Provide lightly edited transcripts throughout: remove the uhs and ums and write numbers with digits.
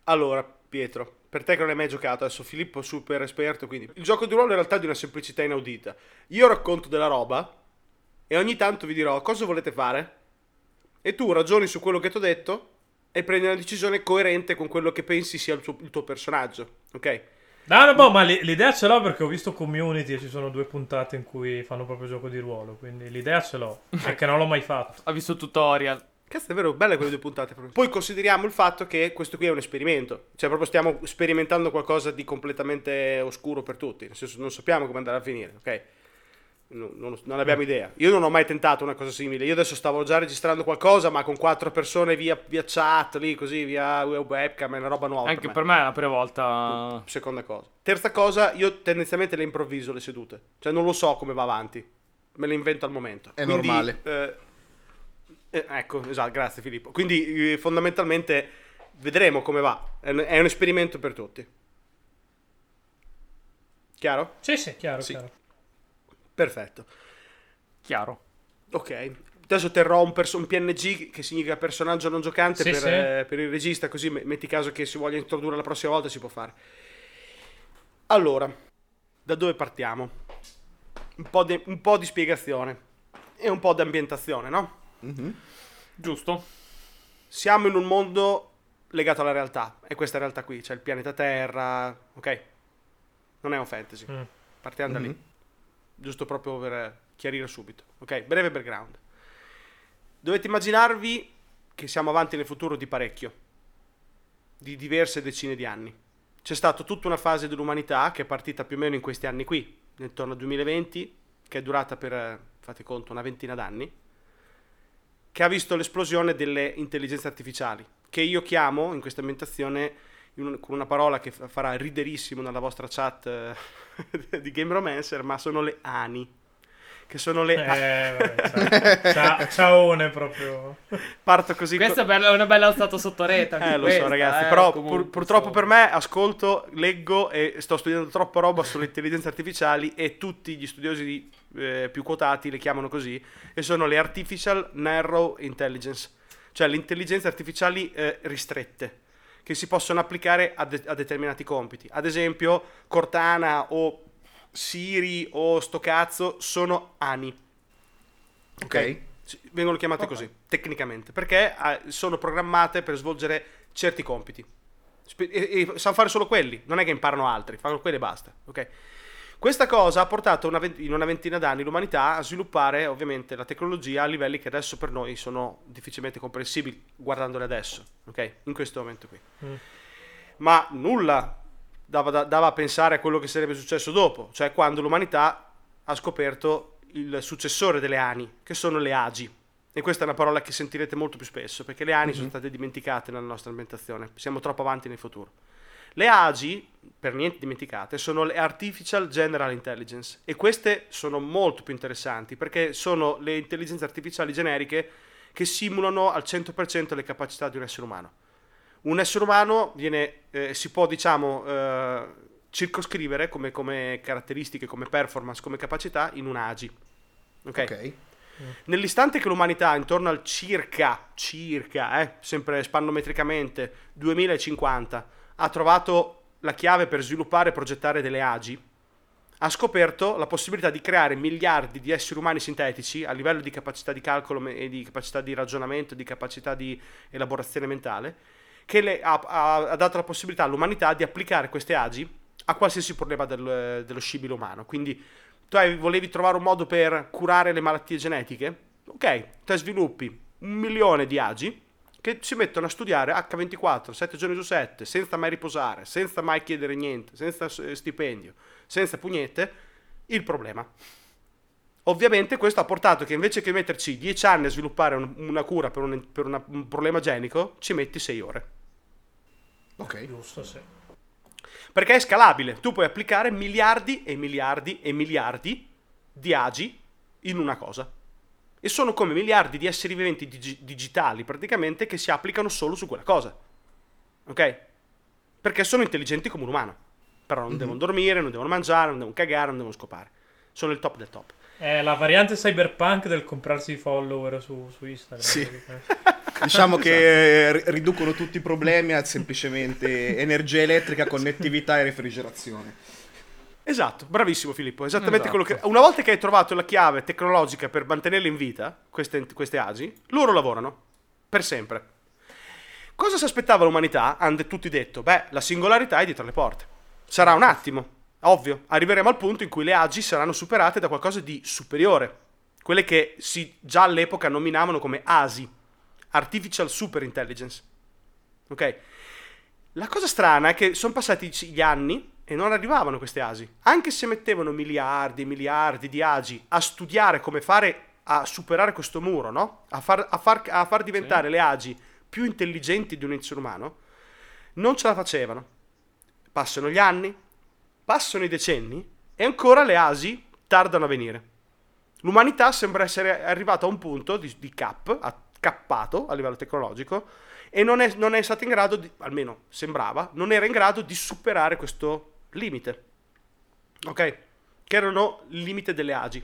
Allora, Pietro, per te che non hai mai giocato, adesso Filippo è super esperto, quindi il gioco di ruolo in realtà è di una semplicità inaudita. Io racconto della roba e ogni tanto vi dirò cosa volete fare e tu ragioni su quello che ti ho detto e prendi una decisione coerente con quello che pensi sia il tuo personaggio, ok? No, no, boh, ma l'idea ce l'ho perché ho visto Community e ci sono 2 puntate in cui fanno proprio gioco di ruolo, quindi l'idea ce l'ho, perché non l'ho mai fatto. Ha visto tutorial. Cazzo, è vero, belle quelle 2 puntate. Poi consideriamo il fatto che questo qui è un esperimento. Cioè, proprio stiamo sperimentando qualcosa di completamente oscuro per tutti. Nel senso, non sappiamo come andrà a finire, ok? Non abbiamo idea. Io non ho mai tentato una cosa simile. Io adesso stavo già registrando qualcosa, ma con 4 persone via chat, lì, così, via webcam, è una roba nuova. Anche per me è la prima volta. Seconda cosa. Terza cosa, io tendenzialmente le improvviso le sedute. Cioè, non lo so come va avanti. Me le invento al momento. È Quindi, normale. ecco, esatto, grazie Filippo. Quindi fondamentalmente vedremo come va. È un esperimento per tutti. Chiaro? Sì, chiaro, Sì. chiaro. Perfetto. Chiaro. Ok. Adesso terrò un PNG che significa personaggio non giocante Sì, per il regista, così metti caso che si voglia introdurre la prossima volta si può fare. Allora, da dove partiamo? Un po' di spiegazione e un po' di ambientazione, no? Giusto? Siamo in un mondo legato alla realtà, e questa realtà qui, c'è il pianeta Terra, ok? Non è un fantasy. Partiamo da lì. Giusto proprio per chiarire subito. Ok, breve background. Dovete immaginarvi che siamo avanti nel futuro di parecchio, di diverse decine di anni. C'è stata tutta una fase dell'umanità che è partita più o meno in questi anni qui, intorno al 2020, che è durata per, fate conto, una ventina d'anni, che ha visto l'esplosione delle intelligenze artificiali, che io chiamo in questa ambientazione con una parola che farà riderissimo nella vostra chat di Game Romancer, ma sono le ANI, che sono le vabbè, ciaone proprio. Parto così. Questa è una bella stato sotto rete. Lo questa, so ragazzi, però comunque, purtroppo per me ascolto, leggo e sto studiando troppa roba sulle intelligenze artificiali e tutti gli studiosi più quotati le chiamano così, e sono le Artificial Narrow Intelligence, cioè le intelligenze artificiali ristrette, che si possono applicare a determinati compiti. Ad esempio, Cortana o Siri o sto cazzo sono ANI. Ok? Vengono chiamate così, tecnicamente, perché sono programmate per svolgere certi compiti. E sanno fare solo quelli, non è che imparano altri, fanno quelli e basta, ok? Questa cosa ha portato in una ventina d'anni l'umanità a sviluppare ovviamente la tecnologia a livelli che adesso per noi sono difficilmente comprensibili guardandole adesso, ok? In questo momento qui. Ma nulla dava a pensare a quello che sarebbe successo dopo, cioè quando l'umanità ha scoperto il successore delle ANI, che sono le AGI. E questa è una parola che sentirete molto più spesso, perché le ANI sono state dimenticate nella nostra ambientazione, siamo troppo avanti nel futuro. Le AGI, per niente dimenticate, sono le Artificial General Intelligence, e queste sono molto più interessanti perché sono le intelligenze artificiali generiche che simulano al 100% le capacità di un essere umano. Un essere umano si può, diciamo, circoscrivere come caratteristiche, come performance, come capacità in una AGI. Ok? Nell'istante che l'umanità, intorno al circa, sempre spannometricamente, 2050, ha trovato la chiave per sviluppare e progettare delle AGI, ha scoperto la possibilità di creare miliardi di esseri umani sintetici a livello di capacità di calcolo e di capacità di ragionamento, di capacità di elaborazione mentale, che ha dato la possibilità all'umanità di applicare queste AGI a qualsiasi problema dello scibile umano. Quindi tu volevi trovare un modo per curare le malattie genetiche? Ok, te sviluppi 1 milione di AGI che si mettono a studiare H24, 7 giorni su 7, senza mai riposare, senza mai chiedere niente, senza stipendio, senza pugnette, il problema. Ovviamente questo ha portato che invece che metterci 10 anni a sviluppare una cura per un problema genico, ci metti 6 ore. Ok. Giusto, sì. Perché è scalabile, tu puoi applicare miliardi e miliardi e miliardi di AGI in una cosa. E sono come miliardi di esseri viventi digitali praticamente che si applicano solo su quella cosa. Ok? Perché sono intelligenti come un umano. Però non devono dormire, non devono mangiare, non devono cagare, non devono scopare. Sono il top del top. È la variante cyberpunk del comprarsi i follower su Instagram. Sì. Diciamo che riducono tutti i problemi a semplicemente energia elettrica, connettività e refrigerazione. Esatto, bravissimo Filippo, esattamente Esatto. quello che... Una volta che hai trovato la chiave tecnologica per mantenerle in vita, queste ASI, loro lavorano, per sempre. Cosa si aspettava l'umanità? Hanno tutti detto, la singolarità è dietro le porte. Sarà un attimo, ovvio, arriveremo al punto in cui le AGI saranno superate da qualcosa di superiore. Quelle che già all'epoca nominavano come ASI, Artificial Super Intelligence. Ok? La cosa strana è che sono passati gli anni e non arrivavano queste ASI. Anche se mettevano miliardi e miliardi di AGI a studiare come fare a superare questo muro, no? A far diventare le AGI più intelligenti di un essere umano, non ce la facevano. Passano gli anni, passano i decenni e ancora le ASI tardano a venire. L'umanità sembra essere arrivata a un punto di cappato a livello tecnologico e non è stata in grado almeno sembrava, non era in grado di superare questo limite. Ok? Che erano il limite delle AGI.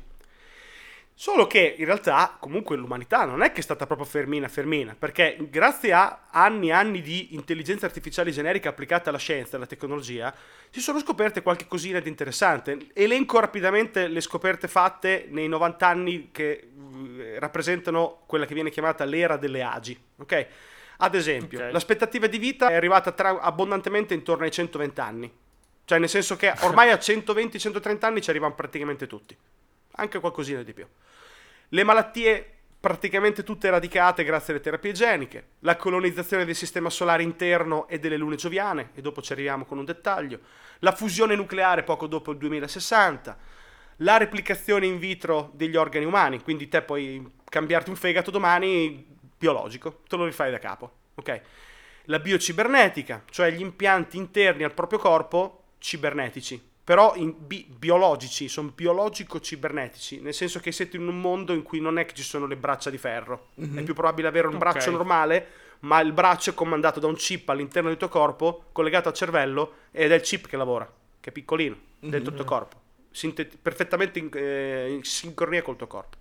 Solo che in realtà comunque l'umanità non è che è stata proprio fermina, perché grazie a anni e anni di intelligenza artificiale generica applicata alla scienza e alla tecnologia si sono scoperte qualche cosina di interessante. Elenco rapidamente le scoperte fatte nei 90 anni che rappresentano quella che viene chiamata l'era delle AGI, ok? Ad esempio, l'aspettativa di vita è arrivata abbondantemente intorno ai 120 anni, cioè nel senso che ormai a 120-130 anni ci arrivano praticamente tutti, anche qualcosina di più. Le malattie praticamente tutte eradicate grazie alle terapie geniche, la colonizzazione del sistema solare interno e delle lune gioviane, e dopo ci arriviamo con un dettaglio, la fusione nucleare poco dopo il 2060, la replicazione in vitro degli organi umani, quindi te puoi cambiarti un fegato domani biologico, te lo rifai da capo, ok? La biocibernetica, cioè gli impianti interni al proprio corpo cibernetici, però biologici, sono biologico-cibernetici, nel senso che siete in un mondo in cui non è che ci sono le braccia di ferro, è più probabile avere un braccio normale, ma il braccio è comandato da un chip all'interno del tuo corpo, collegato al cervello, ed è il chip che lavora, che è piccolino, dentro il tuo corpo, perfettamente in sincronia col tuo corpo.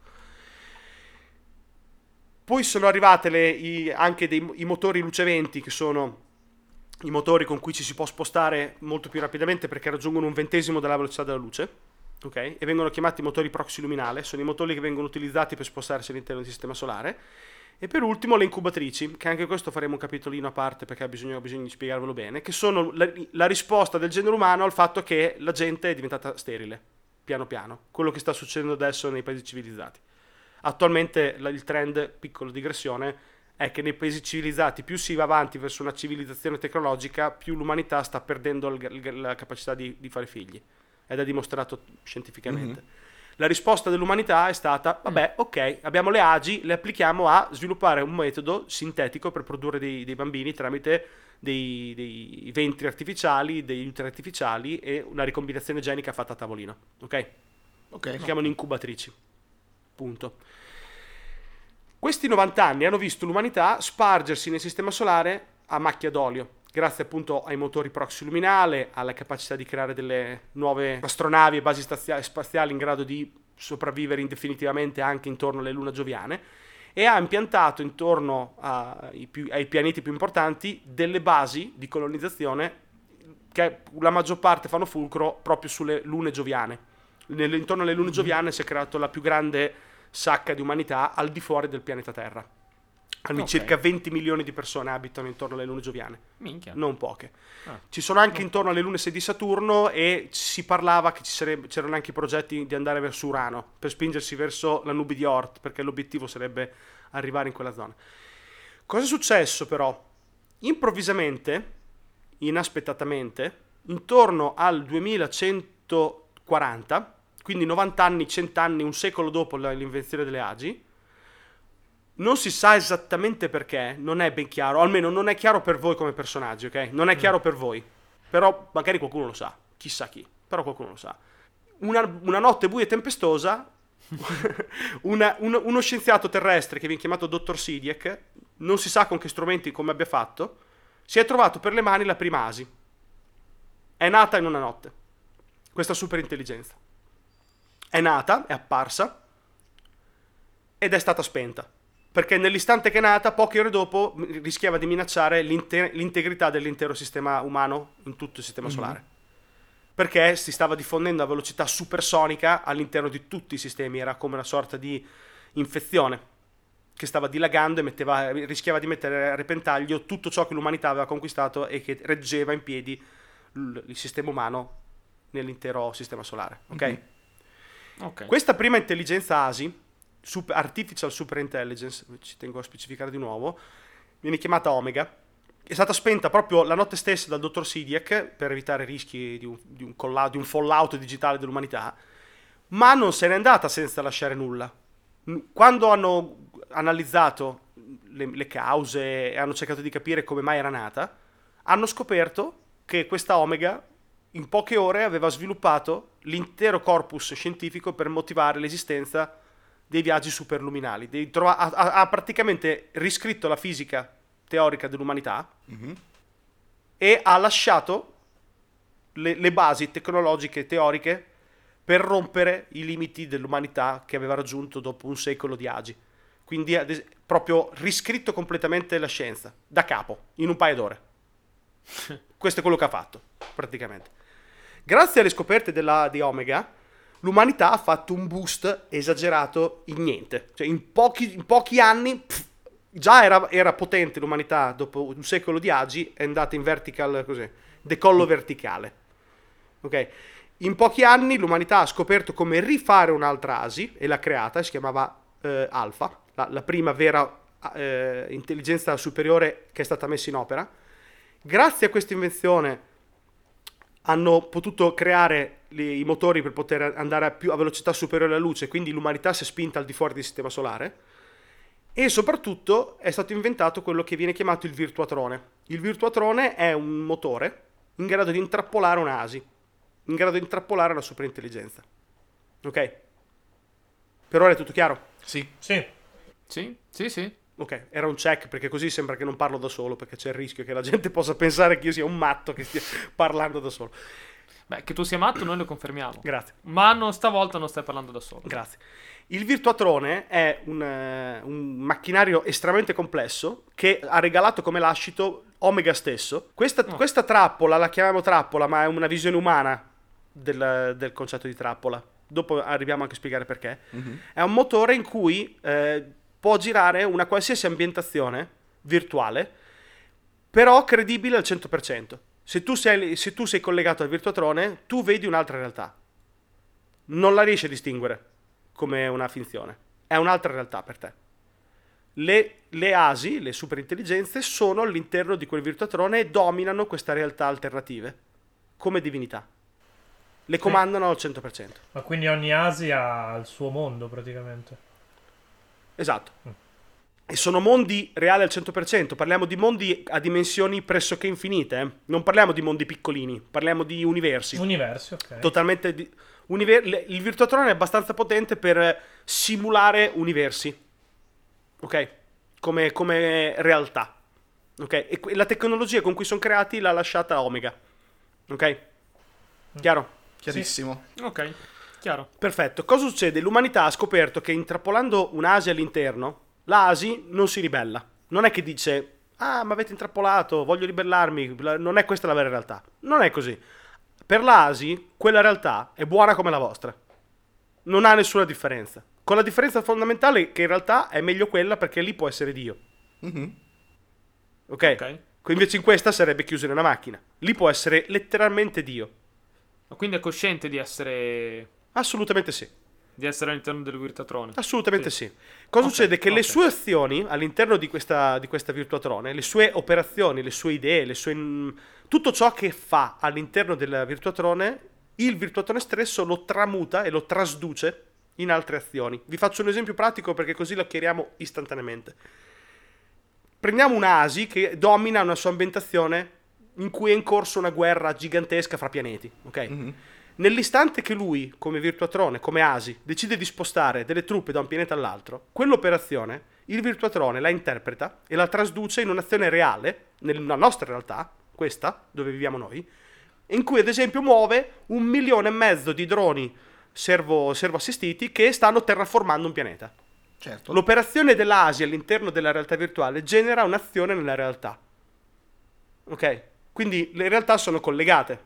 Poi sono arrivate anche i motori luceventi, che sono i motori con cui ci si può spostare molto più rapidamente perché raggiungono 1/20 della velocità della luce, ok? E vengono chiamati motori proxy luminale, sono i motori che vengono utilizzati per spostarsi all'interno del sistema solare. E per ultimo le incubatrici, che anche questo faremo un capitolino a parte perché bisogna di spiegarvelo bene, che sono la risposta del genere umano al fatto che la gente è diventata sterile, piano piano, quello che sta succedendo adesso nei paesi civilizzati. Attualmente il trend, piccola digressione, è che nei paesi civilizzati più si va avanti verso una civilizzazione tecnologica, più l'umanità sta perdendo la capacità di fare figli. Ed è dimostrato scientificamente. La risposta dell'umanità è stata, vabbè, ok, abbiamo le AGI, le applichiamo a sviluppare un metodo sintetico per produrre dei bambini tramite dei ventri artificiali, degli uteri artificiali e una ricombinazione genica fatta a tavolino. Ok? Si chiamano incubatrici. Punto. Questi 90 anni hanno visto l'umanità spargersi nel sistema solare a macchia d'olio, grazie appunto ai motori proxy luminale, alla capacità di creare delle nuove astronavi e basi spaziali in grado di sopravvivere indefinitivamente anche intorno alle lune gioviane, e ha impiantato intorno ai pianeti più importanti delle basi di colonizzazione che la maggior parte fanno fulcro proprio sulle lune gioviane. Intorno alle lune gioviane si è creato la più grande sacca di umanità al di fuori del pianeta Terra. Circa 20 milioni di persone abitano intorno alle lune gioviane. Minchia. Non poche. Ci sono anche intorno alle lune 6 di Saturno, e si parlava che c'erano anche i progetti di andare verso Urano per spingersi verso la nube di Oort, perché l'obiettivo sarebbe arrivare in quella zona. Cosa è successo però? Improvvisamente, inaspettatamente, intorno al 2140, quindi 90 anni, 100 anni, un secolo dopo l'invenzione delle AGI, non si sa esattamente perché, non è ben chiaro, almeno non è chiaro per voi come personaggi, ok? Non è chiaro per voi, però magari qualcuno lo sa, chissà chi, però qualcuno lo sa. Una notte buia e tempestosa, uno scienziato terrestre che viene chiamato Dr. Sidiek, non si sa con che strumenti, come abbia fatto, si è trovato per le mani la prima ASI. È nata in una notte, questa super intelligenza. è nata, è apparsa ed è stata spenta. Perché nell'istante che è nata, poche ore dopo, rischiava di minacciare l'integrità dell'intero sistema umano in tutto il sistema solare. Perché si stava diffondendo a velocità supersonica all'interno di tutti i sistemi, era come una sorta di infezione che stava dilagando e rischiava di mettere a repentaglio tutto ciò che l'umanità aveva conquistato e che reggeva in piedi il sistema umano nell'intero sistema solare. Ok? Ok. Questa prima intelligenza ASI, Artificial Super Intelligence, ci tengo a specificare di nuovo, viene chiamata Omega, è stata spenta proprio la notte stessa dal dottor Sidiak per evitare rischi di un fallout digitale dell'umanità, ma non se n'è andata senza lasciare nulla. Quando hanno analizzato le cause e hanno cercato di capire come mai era nata, hanno scoperto che questa Omega in poche ore aveva sviluppato l'intero corpus scientifico per motivare l'esistenza dei viaggi superluminali. Ha praticamente riscritto la fisica teorica dell'umanità e ha lasciato le basi tecnologiche e teoriche per rompere i limiti dell'umanità che aveva raggiunto dopo un secolo di agi. Quindi ha proprio riscritto completamente la scienza, da capo, in un paio d'ore. Questo è quello che ha fatto, praticamente. Grazie alle scoperte di Omega, l'umanità ha fatto un boost esagerato in niente. Cioè in pochi anni, già era potente l'umanità, dopo un secolo di agi è andata in vertical, così, decollo verticale. Ok? In pochi anni l'umanità ha scoperto come rifare un'altra ASI e l'ha creata, si chiamava Alpha, la prima vera intelligenza superiore che è stata messa in opera. Grazie a questa invenzione hanno potuto creare i motori per poter andare a velocità superiore alla luce, quindi l'umanità si è spinta al di fuori del sistema solare, e soprattutto è stato inventato quello che viene chiamato il virtuatrone. Il virtuatrone è un motore in grado di intrappolare un'ASI, in grado di intrappolare la superintelligenza. Ok? Per ora è tutto chiaro? Sì. Sì. Sì. Ok, era un check perché così sembra che non parlo da solo, perché c'è il rischio che la gente possa pensare che io sia un matto che stia parlando da solo. Beh, che tu sia matto noi lo confermiamo. Grazie. Ma stavolta non stai parlando da solo. Grazie. Il virtuatrone è un macchinario estremamente complesso che ha regalato come lascito Omega stesso. Questa trappola, la chiamiamo trappola, ma è una visione umana del concetto di trappola. Dopo arriviamo anche a spiegare perché. È un motore in cui può girare una qualsiasi ambientazione virtuale, però credibile al 100%. Se tu sei collegato al virtuatrone, tu vedi un'altra realtà. Non la riesci a distinguere come una finzione. È un'altra realtà per te. Le ASI, le superintelligenze, sono all'interno di quel virtuatrone e dominano questa realtà alternative come divinità. Le comandano al 100%. Ma quindi ogni ASI ha il suo mondo praticamente. Esatto. E sono mondi reali al 100%. Parliamo di mondi a dimensioni pressoché infinite. Non parliamo di mondi piccolini, parliamo di universi. Universi, ok. Totalmente il virtuatrone è abbastanza potente per simulare universi. Ok? Come realtà. Ok? E la tecnologia con cui sono creati l'ha lasciata Omega. Ok? Chiaro? Chiarissimo. Ok, chiaro. Perfetto. Cosa succede? L'umanità ha scoperto che intrappolando un'ASI all'interno, l'ASI non si ribella. Non è che dice, ah, ma avete intrappolato, voglio ribellarmi. Non è questa la vera realtà. Non è così. Per l'ASI, quella realtà è buona come la vostra. Non ha nessuna differenza. Con la differenza fondamentale che in realtà è meglio quella perché lì può essere Dio. Ok? Invece in questa sarebbe chiuso in una macchina. Lì può essere letteralmente Dio. Quindi è cosciente di essere Assolutamente sì. all'interno del virtuatrone. Assolutamente sì. Cosa succede? Che le sue azioni all'interno di questa virtuatrone, le sue operazioni, le sue idee, tutto ciò che fa all'interno del virtuatrone, il virtuatrone stesso lo tramuta e lo trasduce in altre azioni. Vi faccio un esempio pratico perché così lo chiariamo istantaneamente. Prendiamo un ASI che domina una sua ambientazione in cui è in corso una guerra gigantesca fra pianeti, ok? Nell'istante che lui, come virtuatrone, come ASI, decide di spostare delle truppe da un pianeta all'altro, quell'operazione, il virtuatrone la interpreta e la trasduce in un'azione reale, nella nostra realtà, questa, dove viviamo noi, in cui ad esempio muove 1,5 milioni di droni servo assistiti che stanno terraformando un pianeta. Certo. L'operazione dell'ASI all'interno della realtà virtuale genera un'azione nella realtà. Ok? Quindi le realtà sono collegate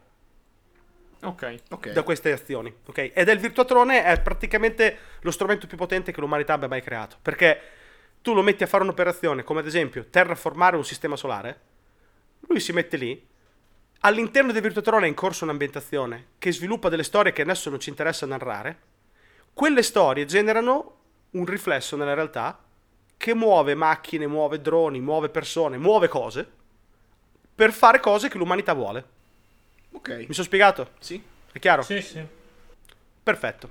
Ok. da queste azioni. Ok? Ed il Virtuatrone è praticamente lo strumento più potente che l'umanità abbia mai creato. Perché tu lo metti a fare un'operazione, come ad esempio terraformare un sistema solare, lui si mette lì, all'interno del Virtuatrone è in corso un'ambientazione che sviluppa delle storie che adesso non ci interessa narrare. Quelle storie generano un riflesso nella realtà che muove macchine, muove droni, muove persone, muove cose per fare cose che l'umanità vuole. Ok. Mi sono spiegato? Sì. È chiaro? Sì, sì. Perfetto.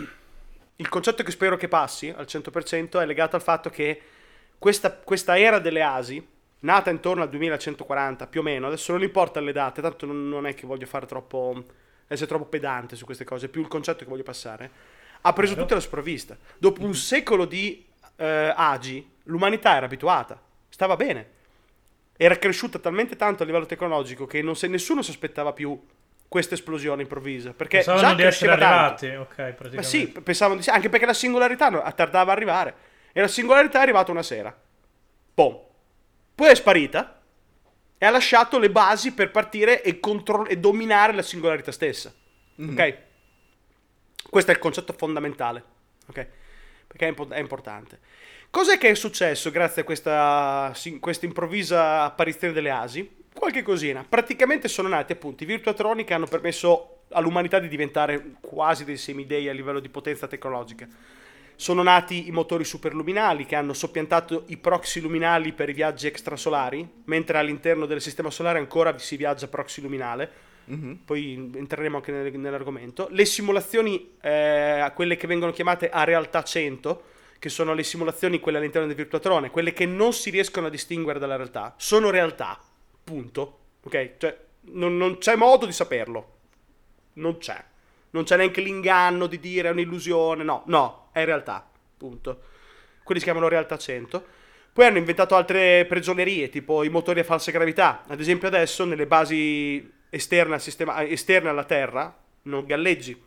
Il concetto che spero che passi al 100% è legato al fatto che questa era delle ASI, nata intorno al 2140 più o meno, adesso non importa le date, tanto non è che voglio essere troppo pedante su queste cose, è più il concetto che voglio passare, ha preso tutta la sprovvista. Dopo un secolo di agi, l'umanità era abituata, stava bene, era cresciuta talmente tanto a livello tecnologico che nessuno si aspettava più questa esplosione improvvisa, perché Pensavano già di essere cresceva tanto. arrivati, ok, praticamente. Ma sì, pensavano di sì, anche perché la singolarità tardava a arrivare. E la singolarità è arrivata una sera. Boom. Poi è sparita e ha lasciato le basi per partire e dominare la singolarità stessa. Ok? Questo è il concetto fondamentale. Ok? Perché è importante. Cos'è che è successo grazie a questa improvvisa apparizione delle ASI? Qualche cosina. Praticamente sono nati appunto i Virtuatroni che hanno permesso all'umanità di diventare quasi dei semidei a livello di potenza tecnologica. Sono nati i motori superluminali che hanno soppiantato i proxy luminali per i viaggi extrasolari, mentre all'interno del sistema solare ancora si viaggia proxy luminale. Poi entreremo anche nell'argomento. Le simulazioni, quelle che vengono chiamate a realtà 100, che sono le simulazioni quelle all'interno del Virtuatrone, quelle che non si riescono a distinguere dalla realtà, sono realtà. Punto. Ok? Cioè, non c'è modo di saperlo. Non c'è. Non c'è neanche l'inganno di dire è un'illusione. No, è realtà. Punto. Quelli si chiamano realtà 100. Poi hanno inventato altre prigionerie, tipo i motori a falsa gravità. Ad esempio adesso, nelle basi esterne alla Terra, non galleggi.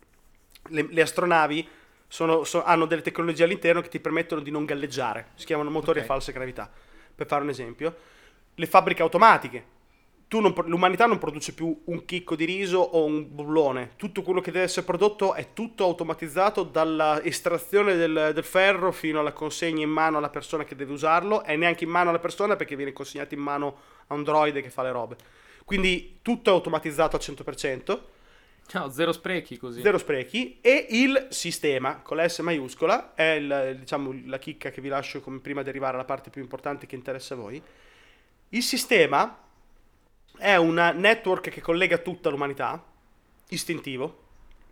Le astronavi hanno delle tecnologie all'interno che ti permettono di non galleggiare. Si chiamano motori a falsa gravità. Per fare un esempio. Le fabbriche automatiche. L'umanità non produce più un chicco di riso o un bullone. Tutto quello che deve essere prodotto è tutto automatizzato, dalla estrazione del ferro fino alla consegna in mano alla persona che deve usarlo, e neanche in mano alla persona perché viene consegnato in mano a un droide che fa le robe. Quindi tutto è automatizzato al 100%. No, zero sprechi così. Zero sprechi. E il sistema, con la S maiuscola, è la chicca che vi lascio prima di arrivare alla parte più importante che interessa a voi. Il sistema è un network che collega tutta l'umanità, istintivo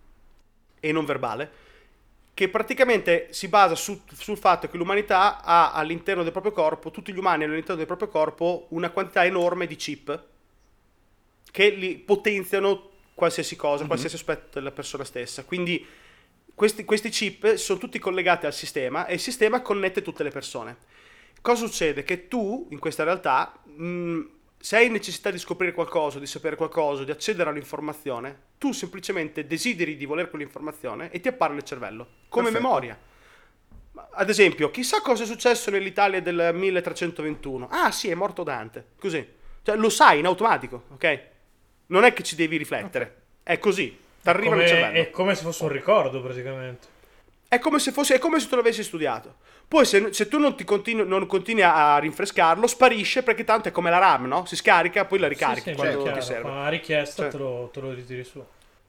e non verbale, che praticamente si basa sul fatto che l'umanità ha all'interno del proprio corpo, tutti gli umani hanno all'interno del proprio corpo una quantità enorme di chip che li potenziano qualsiasi cosa, qualsiasi aspetto della persona stessa. Quindi questi chip sono tutti collegati al sistema e il sistema connette tutte le persone. Cosa succede? Che tu, in questa realtà, se hai necessità di scoprire qualcosa, di sapere qualcosa, di accedere all'informazione, tu semplicemente desideri di voler quell'informazione e ti appare nel cervello, come Perfetto. memoria. Ad esempio, chissà cosa è successo nell'Italia del 1321. Ah sì, è morto Dante. Così. Cioè, lo sai in automatico, ok? Non è che ci devi riflettere. È così. Ti arriva nel cervello. È come se fosse un ricordo, praticamente. È come se tu l'avessi studiato. Poi se tu non continui a rinfrescarlo, sparisce perché tanto è come la RAM, no? Si scarica, poi la ricarichi Sì, quando chiaro, ti serve. ma a richiesta Cioè, te lo ritiri su.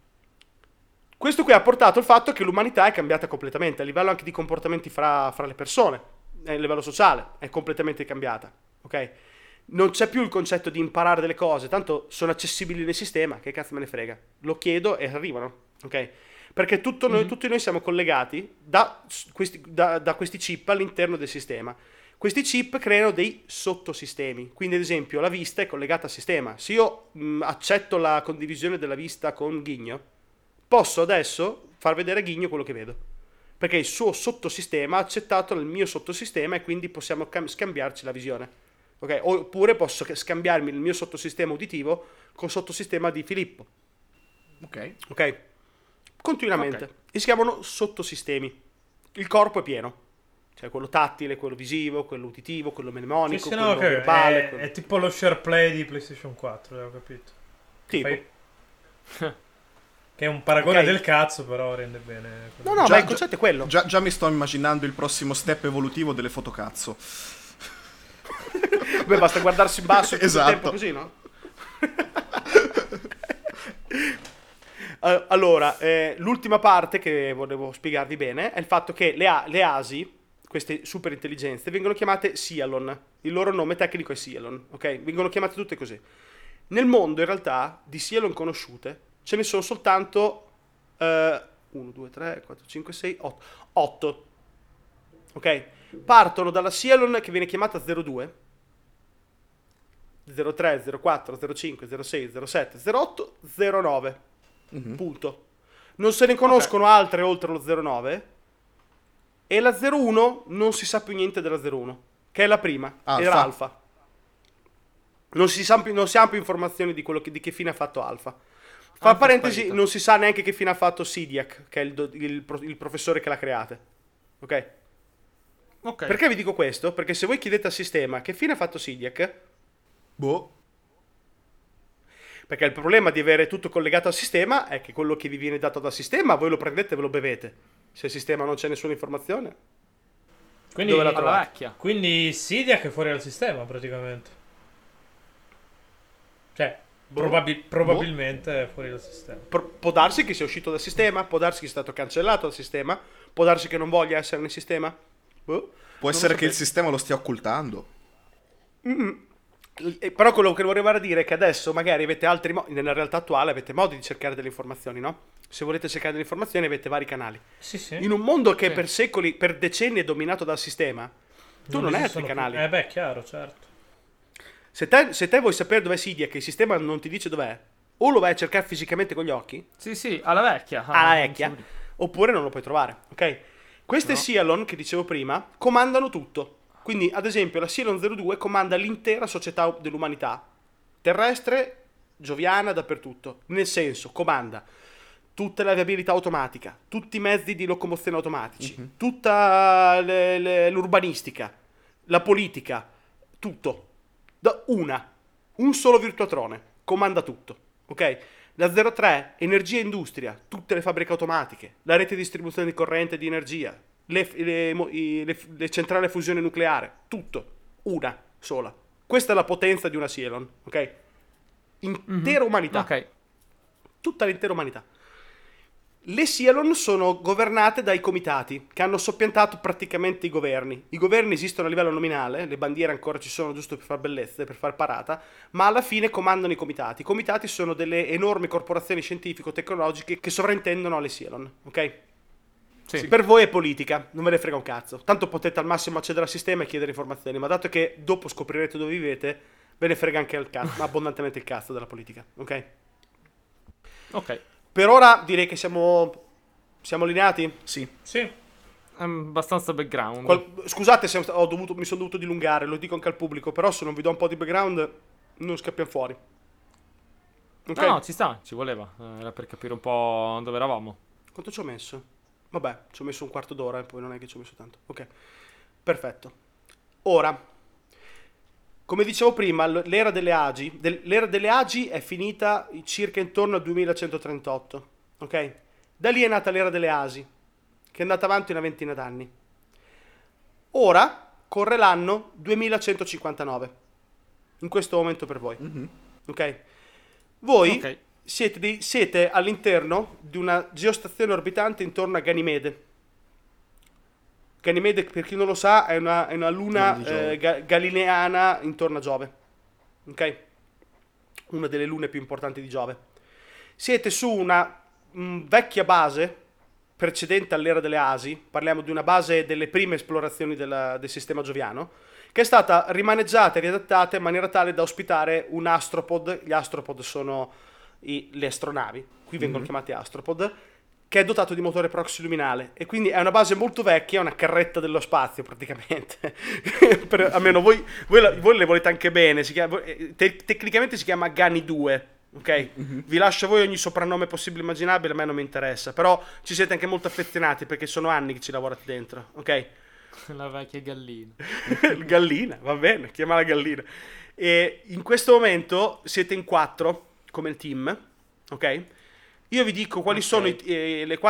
questo qui ha portato il fatto che l'umanità è cambiata completamente, a livello anche di comportamenti fra le persone, a livello sociale, è completamente cambiata, ok? Non c'è più il concetto di imparare delle cose, tanto sono accessibili nel sistema, che cazzo me ne frega. Lo chiedo e arrivano, ok? Perché tutti noi siamo collegati da questi chip all'interno del sistema. Questi chip creano dei sottosistemi. Quindi, ad esempio, la vista è collegata al sistema. Se io accetto la condivisione della vista con Ghigno, posso adesso far vedere a Ghigno quello che vedo. Perché il suo sottosistema ha accettato il mio sottosistema e quindi possiamo scambiarci la visione. Okay? Oppure posso scambiarmi il mio sottosistema uditivo col sottosistema di Filippo. Ok. Ok? continuamente. Ok. E si chiamano sottosistemi. Il corpo è pieno. Cioè quello tattile, quello visivo, quello uditivo, quello mnemonico, Sì, quello no, ok, verbale. è tipo lo share play di PlayStation 4, ho capito. Tipo. Che è un paragone Ok. del cazzo, però rende bene. No, no, Già- ma il concetto è quello. Già mi sto immaginando il prossimo step evolutivo delle fotocazzo. Beh, basta guardarsi in basso tutto Esatto. il tempo così, no? Allora, l'ultima parte che volevo spiegarvi bene è il fatto che le ASI, queste super intelligenze, vengono chiamate Cylon. Il loro nome tecnico è Cylon, ok? Vengono chiamate tutte così. Nel mondo, in realtà, di Cylon conosciute, ce ne sono soltanto 1, 2, 3, 4, 5, 6, 8. 8. Ok? Partono dalla Cylon che viene chiamata 02, 03, 04, 05, 06, 07, 08, 09. Punto. Non se ne conoscono altre oltre lo 09 e la 01 non si sa più niente della 01, che è la prima, Alpha. era Alfa. Non si sa più informazioni di quello di che fine ha fatto Alfa. Fra Alpha parentesi, sparita. non si sa neanche che fine ha fatto Sidiac, che è il professore che l'ha creata. Ok? Ok. Perché vi dico questo? Perché se voi chiedete al sistema che fine ha fatto Sidiac, Boh. perché il problema di avere tutto collegato al sistema è che quello che vi viene dato dal sistema voi lo prendete e ve lo bevete. Se il sistema non c'è nessuna informazione, Quindi, dove la Alla trovate? vecchia. quindi Sidiac è fuori dal sistema, praticamente. Cioè, Boh. probabilmente è fuori dal sistema. Può darsi che sia uscito dal sistema, può darsi che sia stato cancellato dal sistema, può darsi che non voglia essere nel sistema. Boh. Può Non essere lo che il sapete. sistema lo stia occultando. Però quello che volevo arrivare a dire è che adesso magari avete altri modi, nella realtà attuale avete modi di cercare delle informazioni, no? Se volete cercare delle informazioni avete vari canali. Sì, sì. In un mondo che Sì. per secoli, per decenni è dominato dal sistema, tu non hai altri esistono più. canali. Beh, chiaro, certo. Se te vuoi sapere dov'è Sidia, che il sistema non ti dice dov'è, o lo vai a cercare fisicamente con gli occhi, Sì, sì, alla vecchia. alla non vecchia, so- oppure non lo puoi trovare, ok? Queste No. Cylon, che dicevo prima, comandano tutto. Quindi, ad esempio, la Cylon 02 comanda l'intera società dell'umanità, terrestre, gioviana, dappertutto. Nel senso, comanda tutta la viabilità automatica, tutti i mezzi di locomozione automatici, tutta l'urbanistica, la politica, tutto. Da un solo virtuatrone, comanda tutto, ok? La 03, energia e industria, tutte le fabbriche automatiche, la rete di distribuzione di corrente e di energia, le centrali a fusione nucleare, tutto, una sola. Questa è la potenza di una Cylon, ok? Intera umanità, Ok. tutta l'intera umanità. Le Cylon sono governate dai comitati, che hanno soppiantato praticamente i governi. I governi esistono a livello nominale, le bandiere ancora ci sono giusto per far bellezze, per far parata, ma alla fine comandano i comitati. I comitati sono delle enormi corporazioni scientifico-tecnologiche che sovrintendono alle Cylon, ok? Sì. Per voi è politica, non ve ne frega un cazzo. Tanto potete al massimo accedere al sistema e chiedere informazioni, ma dato che dopo scoprirete dove vivete, ve ne frega anche il cazzo, abbondantemente il cazzo della politica, ok? Ok. Per ora direi che siamo allineati. Sì. Sì. Abbastanza background. Scusate se mi sono dovuto dilungare, lo dico anche al pubblico, però se non vi do un po' di background non scappiamo fuori. Ok? No, ci sta, ci voleva. Era per capire un po' dove eravamo. Quanto ci ho messo? Vabbè, ci ho messo un quarto d'ora e poi non è che ci ho messo tanto. Ok, perfetto. Ora, come dicevo prima, l'era delle AGI è finita circa intorno al 2138, ok? Da lì è nata l'era delle ASI, che è andata avanti una ventina d'anni. Ora corre l'anno 2159, in questo momento per voi, ok? Voi Ok. siete all'interno di una geostazione orbitante intorno a Ganimede. Ganimede, per chi non lo sa, è una luna Luna di Giove. galileana intorno a Giove. Ok? Una delle lune più importanti di Giove. Siete su una vecchia base precedente all'era delle ASI, parliamo di una base delle prime esplorazioni del sistema gioviano, che è stata rimaneggiata e riadattata in maniera tale da ospitare un astropod. Gli astropod sono le astronavi, qui vengono chiamati astropod, che è dotato di motore proxy luminale e quindi è una base molto vecchia, una carretta dello spazio praticamente. Almeno voi le volete anche bene, tecnicamente si chiama Gani 2, ok? Vi lascio a voi ogni soprannome possibile e immaginabile, a me non mi interessa, però ci siete anche molto affezionati perché sono anni che ci lavorate dentro, ok? La vecchia gallina. Gallina, va bene, chiamala gallina. E in questo momento siete in 4 come team, ok? Io vi dico quali sono le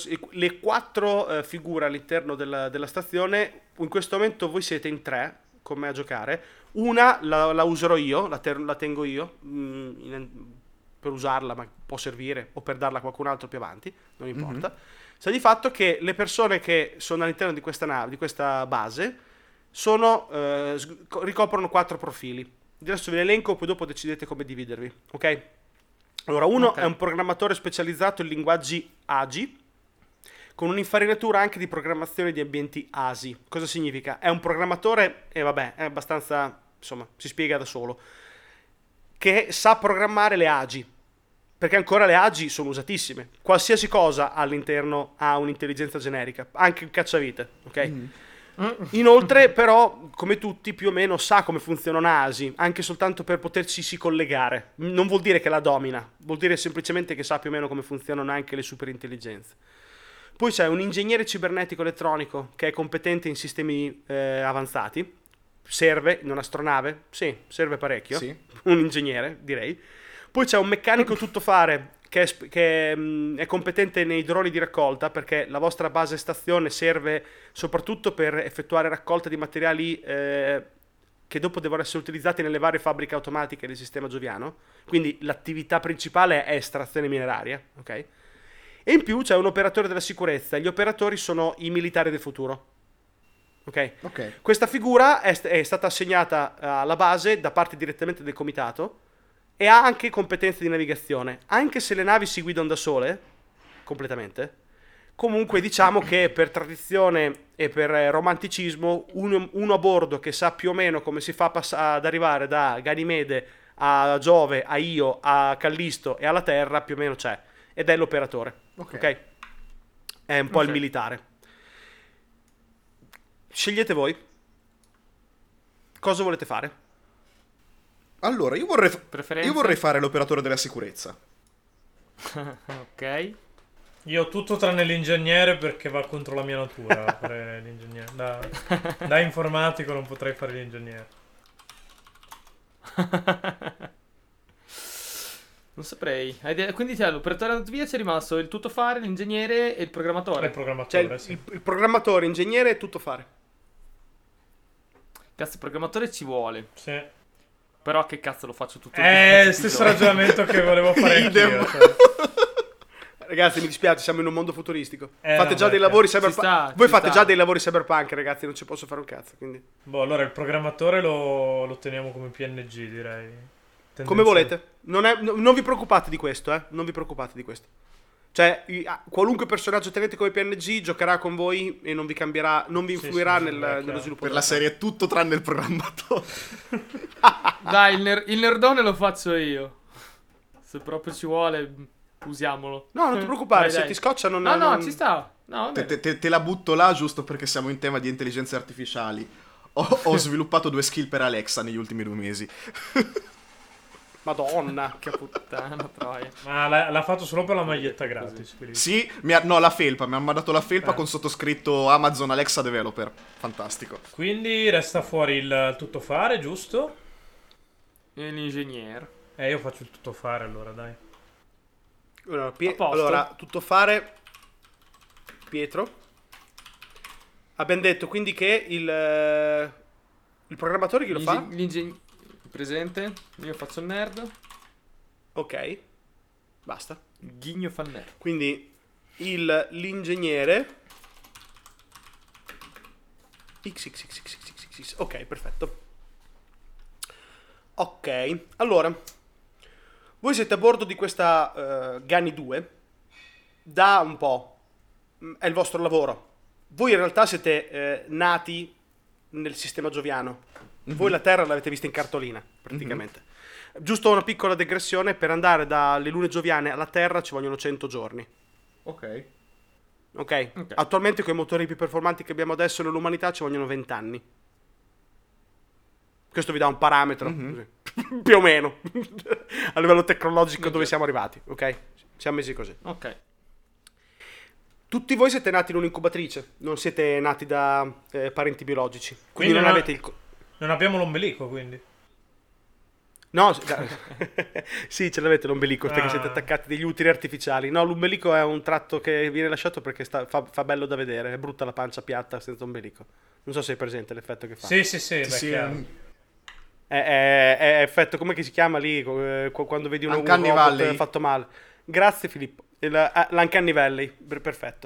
4 figure all'interno della stazione. In questo momento voi siete in 3 con me a giocare. Una la userò io, la tengo io per usarla, ma può servire o per darla a qualcun altro più avanti, non importa. Sta di fatto che le persone che sono all'interno di questa base ricoprono 4 profili. Adesso ve ne elenco, poi dopo decidete come dividervi, ok? Allora, uno è un programmatore specializzato in linguaggi AGI, con un'infarinatura anche di programmazione di ambienti ASI. Cosa significa? È un programmatore, e vabbè, è abbastanza, insomma, si spiega da solo, che sa programmare le AGI, perché ancora le AGI sono usatissime. Qualsiasi cosa all'interno ha un'intelligenza generica, anche il cacciavite, ok? Inoltre, però, come tutti, più o meno sa come funziona un'ASI, anche soltanto per poterci collegare. Non vuol dire che la domina, vuol dire semplicemente che sa più o meno come funzionano anche le superintelligenze. Poi c'è un ingegnere cibernetico elettronico che è competente in sistemi avanzati. Serve in un'astronave? Sì, serve parecchio. Sì. Un ingegnere, direi. Poi c'è un meccanico tuttofare che è competente nei droni di raccolta, perché la vostra base stazione serve soprattutto per effettuare raccolta di materiali che dopo devono essere utilizzati nelle varie fabbriche automatiche del sistema gioviano. Quindi l'attività principale è estrazione mineraria, ok? E in più c'è un operatore della sicurezza. Gli operatori sono i militari del futuro. Ok. Questa figura è stata assegnata alla base da parte direttamente del comitato e ha anche competenze di navigazione. Anche se le navi si guidano da sole, completamente, comunque diciamo che per tradizione e per romanticismo uno a bordo che sa più o meno come si fa ad arrivare da Ganimede a Giove, a Io, a Callisto e alla Terra, più o meno c'è. Ed è l'operatore. Ok? È un po' il militare. Scegliete voi. Cosa volete fare? Allora, io vorrei fare l'operatore della sicurezza. Ok. Io ho tutto tranne l'ingegnere perché va contro la mia natura fare l'ingegnere. Da informatico non potrei fare l'ingegnere. Non saprei. Quindi l'operatore andato via, c'è rimasto il tuttofare, l'ingegnere e il programmatore. Il programmatore, sì. Il programmatore, ingegnere e tuttofare. Cazzo, il programmatore ci vuole. Sì. Però che cazzo lo faccio tutto? Stesso ragionamento che volevo fare anch'io. Cioè. Ragazzi, mi dispiace, siamo in un mondo futuristico. Fate già dei lavori cyberpunk. Voi fate già dei lavori cyberpunk, ragazzi, non ci posso fare un cazzo, quindi. Boh, allora il programmatore lo teniamo come PNG, direi. Come volete. Non vi preoccupate di questo, Non vi preoccupate di questo. Cioè, qualunque personaggio tenete come PNG giocherà con voi e non vi cambierà, non vi influirà nello sviluppo. Per la serie tutto tranne il programmatore. Dai, il nerdone lo faccio io. Se proprio ci vuole, usiamolo. No, non ti preoccupare, dai, se dai. ti scoccia non... No, ci sta. No, te la butto là giusto perché siamo in tema di intelligenze artificiali. Ho sviluppato 2 skill per Alexa negli ultimi 2 mesi. Madonna, che puttana troia. Ma l'ha fatto solo per la maglietta gratis. Sì, la felpa, mi ha mandato la felpa con sottoscritto Amazon Alexa Developer. Fantastico. Quindi resta fuori il tuttofare, giusto? E l'ingegnere. Io faccio il tuttofare allora, dai. Allora, tuttofare Pietro. Abbiamo detto quindi che il programmatore chi lo fa? Presente. Io faccio il nerd. Ok. Basta. Ghigno fa il nerd. Quindi l'ingegnere XXXXXX. Ok, perfetto. Ok, allora voi siete a bordo di questa Gani 2 da un po'. È il vostro lavoro. Voi in realtà siete nati nel sistema gioviano. Voi la Terra l'avete vista in cartolina, praticamente. Giusto una piccola digressione: per andare dalle lune gioviane alla Terra ci vogliono 100 giorni. Ok. Attualmente con i motori più performanti che abbiamo adesso nell'umanità ci vogliono 20 anni. Questo vi dà un parametro. più o meno, a livello tecnologico dove Ok. siamo arrivati, ok? Siamo messi così. Ok. Tutti voi siete nati in un'incubatrice, non siete nati da parenti biologici, quindi Quindi non non ha- avete il... Non abbiamo l'ombelico, quindi. No, sì, ce l'avete l'ombelico perché Ah. siete attaccati degli uteri artificiali. No, l'ombelico è un tratto che viene lasciato perché fa bello da vedere. È brutta la pancia piatta senza ombelico. Non so se hai presente l'effetto che fa. Sì, beh, Sì, chiaro. È effetto, come che si chiama lì? Quando vedi un Uncanny robot Valley. fatto male. Grazie Filippo. L'Uncanny Valley, perfetto.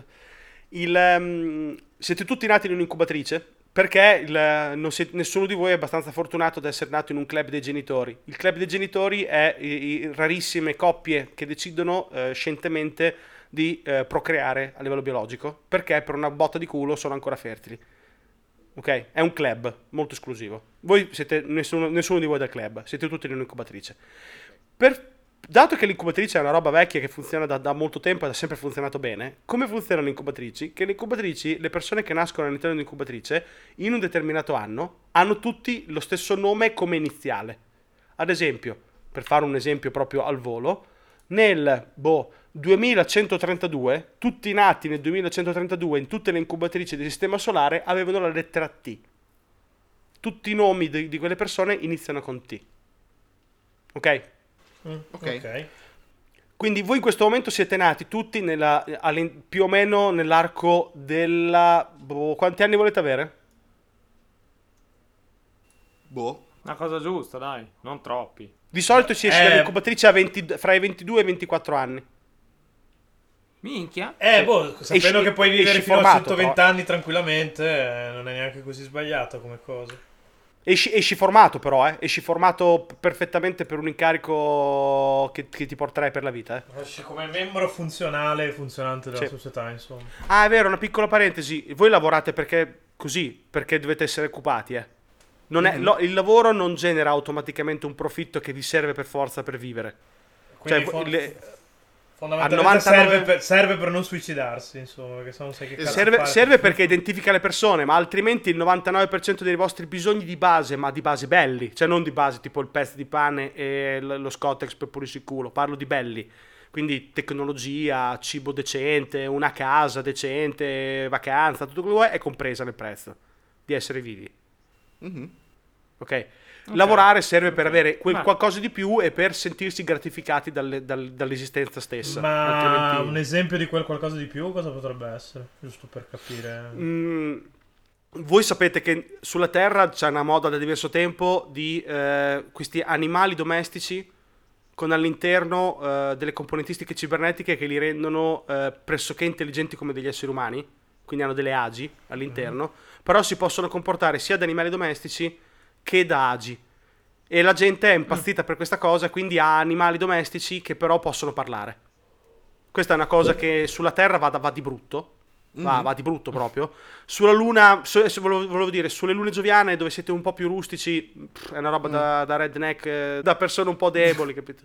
Siete tutti nati in un'incubatrice perché nessuno di voi è abbastanza fortunato ad essere nato in un club dei genitori. Il club dei genitori è rarissime coppie che decidono scientemente di procreare a livello biologico perché per una botta di culo sono ancora fertili. Ok? È un club molto esclusivo. Voi siete nessuno di voi del club, siete tutti in un'incubatrice. Dato che l'incubatrice è una roba vecchia che funziona da molto tempo e ha sempre funzionato bene, come funzionano le incubatrici? Che le incubatrici, le persone che nascono all'interno di un'incubatrice, in un determinato anno, hanno tutti lo stesso nome come iniziale. Ad esempio, per fare un esempio proprio al volo, nel 2132, tutti nati nel 2132 in tutte le incubatrici del Sistema Solare avevano la lettera T. Tutti i nomi di quelle persone iniziano con T. Ok? Ok. Quindi voi in questo momento siete nati tutti più o meno nell'arco della... quanti anni volete avere? Boh. Una cosa giusta, dai. Non troppi. Di solito si esce dall'incubatrice fra i 22 e i 24 anni. Minchia. Sapendo che puoi vivere esci fino a formato, 120 però. anni tranquillamente, non è neanche così sbagliato come cosa. Esci formato però, esci formato perfettamente per un incarico che ti porterai per la vita. Esci come membro funzionale e funzionante della Sì. società, insomma. Ah, è vero, una piccola parentesi. Voi lavorate perché dovete essere occupati, Non è, il lavoro non genera automaticamente un profitto che vi serve per forza per vivere. Quindi al fondamentalmente 99 serve per non suicidarsi, insomma, perché se non sai che cazzo fare. Serve perché identifica le persone, ma altrimenti il 99% dei vostri bisogni di base, ma di base belli, cioè non di base tipo il pezzo di pane e lo Scottex per pulirsi il culo, parlo di belli. Quindi tecnologia, cibo decente, una casa decente, vacanza, tutto quello che vuoi è compresa nel prezzo di essere vivi. Ok? Lavorare serve per avere qualcosa di più e per sentirsi gratificati dall'esistenza stessa. Ma Altrimenti... un esempio di quel qualcosa di più cosa potrebbe essere? Giusto per capire. Voi sapete che sulla Terra c'è una moda da diverso tempo di questi animali domestici con all'interno delle componentistiche cibernetiche che li rendono pressoché intelligenti come degli esseri umani, quindi hanno delle agi all'interno, però si possono comportare sia da animali domestici che da agi. E la gente è impazzita per questa cosa, quindi ha animali domestici che però possono parlare. Questa è una cosa che sulla Terra va di brutto. Va di brutto proprio. Sulla Luna, volevo dire, sulle lune gioviane dove siete un po' più rustici, è una roba da redneck, da persone un po' deboli, capito?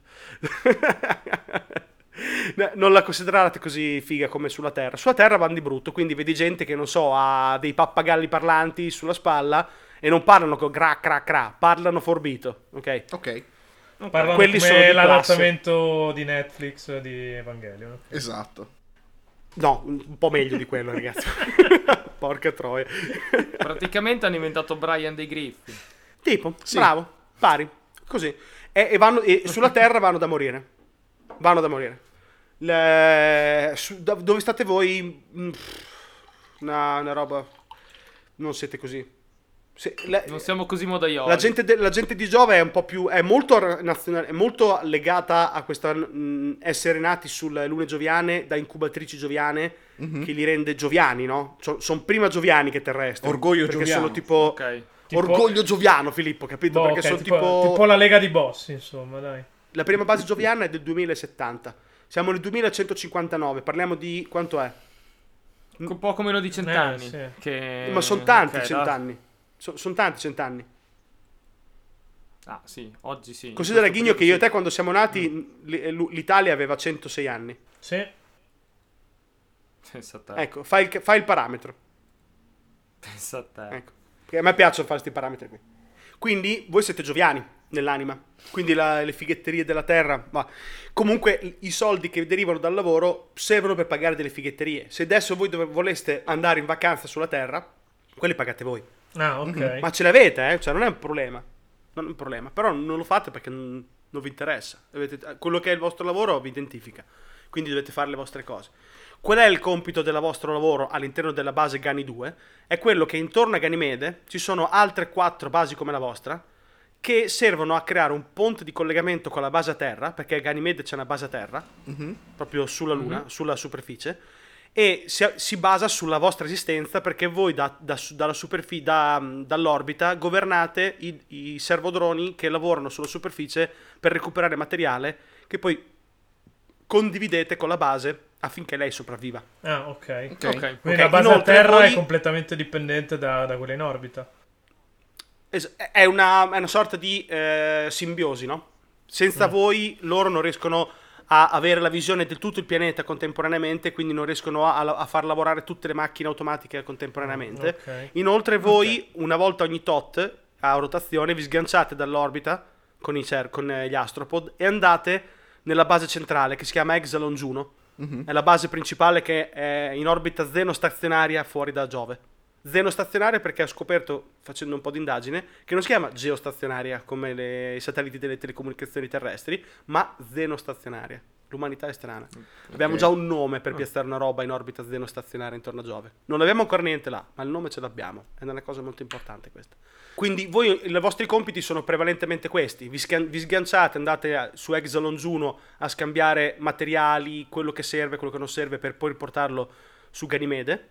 Non la considerate così figa come sulla Terra. Sulla Terra vanno di brutto, quindi vedi gente che, non so, ha dei pappagalli parlanti sulla spalla e non parlano con gra cra cra, parlano forbito, ok? Ok, Parlano quelli sono come di l'adattamento di Netflix di Evangelion. esatto. No, un po' meglio di quello, ragazzi. Porca troia. Praticamente hanno inventato Brian dei Griffi. Tipo, Sì. bravo, pari, così. E sulla Terra vanno da morire. Vanno da morire. Dove state voi? Una roba... Non siete così. Non siamo così modaioli. La gente di Giove è un po' più... È molto nazionale, è molto legata a questa essere nati sulle lune gioviane da incubatrici gioviane che li rende gioviani, no? Sono prima gioviani che terrestri. Orgoglio perché gioviano. sono tipo... Ok. Orgoglio gioviano, Filippo, capito? Perché Ok, sono tipo la Lega di Boss, insomma, dai. La prima base gioviana è del 2070. Siamo nel 2159. Parliamo di... Quanto è? Un poco meno di 100 anni. sì. Ma sono tanti ok, 100 anni. Sono tanti 100 anni. Ah, sì, oggi sì. Considera, In questo Ghigno, che io e periodo te quando siamo nati l'Italia aveva 106 anni. Sì. sì. Pensa a te. Ecco, fai il parametro. Pensa a te. Ecco. Perché a me piacciono fare questi parametri qui. Quindi voi siete gioviani. nell'anima. Quindi le fighetterie della terra, ma comunque i soldi che derivano dal lavoro servono per pagare delle fighetterie. Se adesso voi voleste andare in vacanza sulla terra, quelli pagate voi. Ah, ok. Ma ce l'avete, cioè non è un problema. Non è un problema, però non lo fate perché non vi interessa. Quello che è il vostro lavoro vi identifica, quindi dovete fare le vostre cose. Qual è il compito del vostro lavoro all'interno della base Gani 2? È quello che intorno a Ganimede ci sono altre 4 basi come la vostra che servono a creare un ponte di collegamento con la base a terra, perché a Ganimede c'è una base a terra, proprio sulla Luna, sulla superficie, e si basa sulla vostra esistenza perché voi dall'orbita governate i servodroni che lavorano sulla superficie per recuperare materiale che poi condividete con la base affinché lei sopravviva. Ah, ok. Ok. Quindi la base a Inoltre terra voi- è completamente dipendente da quella in orbita. È una sorta di simbiosi, no? Senza voi loro non riescono a avere la visione di tutto il pianeta contemporaneamente, quindi non riescono a far lavorare tutte le macchine automatiche contemporaneamente. Ok. Inoltre voi, una volta ogni tot, a rotazione, vi sganciate dall'orbita con gli astropod e andate nella base centrale che si chiama Exelon Juno. È la base principale che è in orbita xenostazionaria fuori da Giove. Xenostazionaria perché ho scoperto, facendo un po' di indagine, che non si chiama geostazionaria come i satelliti delle telecomunicazioni terrestri, ma xenostazionaria. L'umanità è strana. Abbiamo già un nome per piazzare una roba in orbita xenostazionaria intorno a Giove. Non abbiamo ancora niente là, ma il nome ce l'abbiamo. È una cosa molto importante questa. Quindi voi, i vostri compiti sono prevalentemente questi. Vi sganciate, andate su Exelon Juno a scambiare materiali, quello che serve, quello che non serve, per poi riportarlo su Ganimede.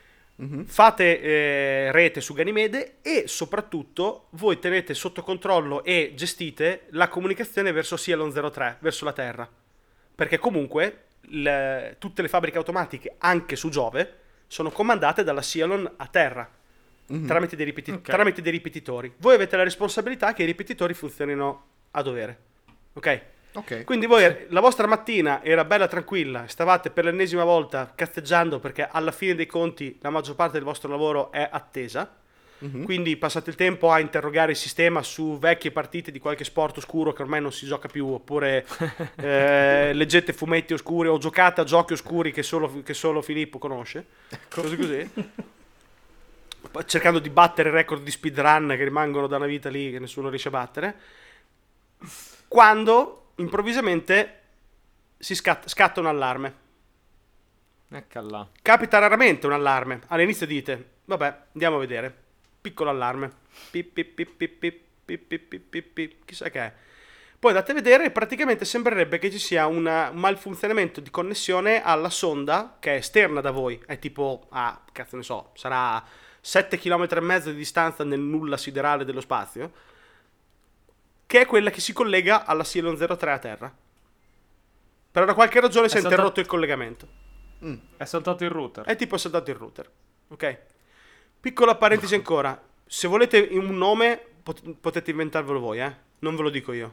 Fate rete su Ganimede e soprattutto voi tenete sotto controllo e gestite la comunicazione verso Cylon 03, verso la Terra. Perché comunque tutte le fabbriche automatiche, anche su Giove, sono comandate dalla Cylon a terra, tramite dei ripetitori. Voi avete la responsabilità che i ripetitori funzionino a dovere. Ok? Quindi voi, la vostra mattina era bella tranquilla, stavate per l'ennesima volta cazzeggiando perché alla fine dei conti la maggior parte del vostro lavoro è attesa. Quindi passate il tempo a interrogare il sistema su vecchie partite di qualche sport oscuro che ormai non si gioca più, oppure leggete fumetti oscuri o giocate a giochi oscuri che solo Filippo conosce, cose così, cercando di battere il record di speedrun che rimangono da una vita lì che nessuno riesce a battere, quando improvvisamente si scatta un allarme. Ecco là. Capita raramente un allarme. All'inizio dite, vabbè, andiamo a vedere. Piccolo allarme. Pip, pip, pip, pip, pip, pip, pip, pip, pip, pip. Chissà che è. Poi andate a vedere e praticamente sembrerebbe che ci sia un malfunzionamento di connessione alla sonda che è esterna da voi. È tipo, cazzo ne so, sarà 7 km e mezzo di distanza nel nulla siderale dello spazio, che è quella che si collega alla Cylon 03 a terra. Per una qualche ragione si è interrotto il collegamento. È saltato il router. È tipo saltato il router. Ok? Piccola parentesi ancora. Se volete un nome, potete inventarvelo voi, non ve lo dico io.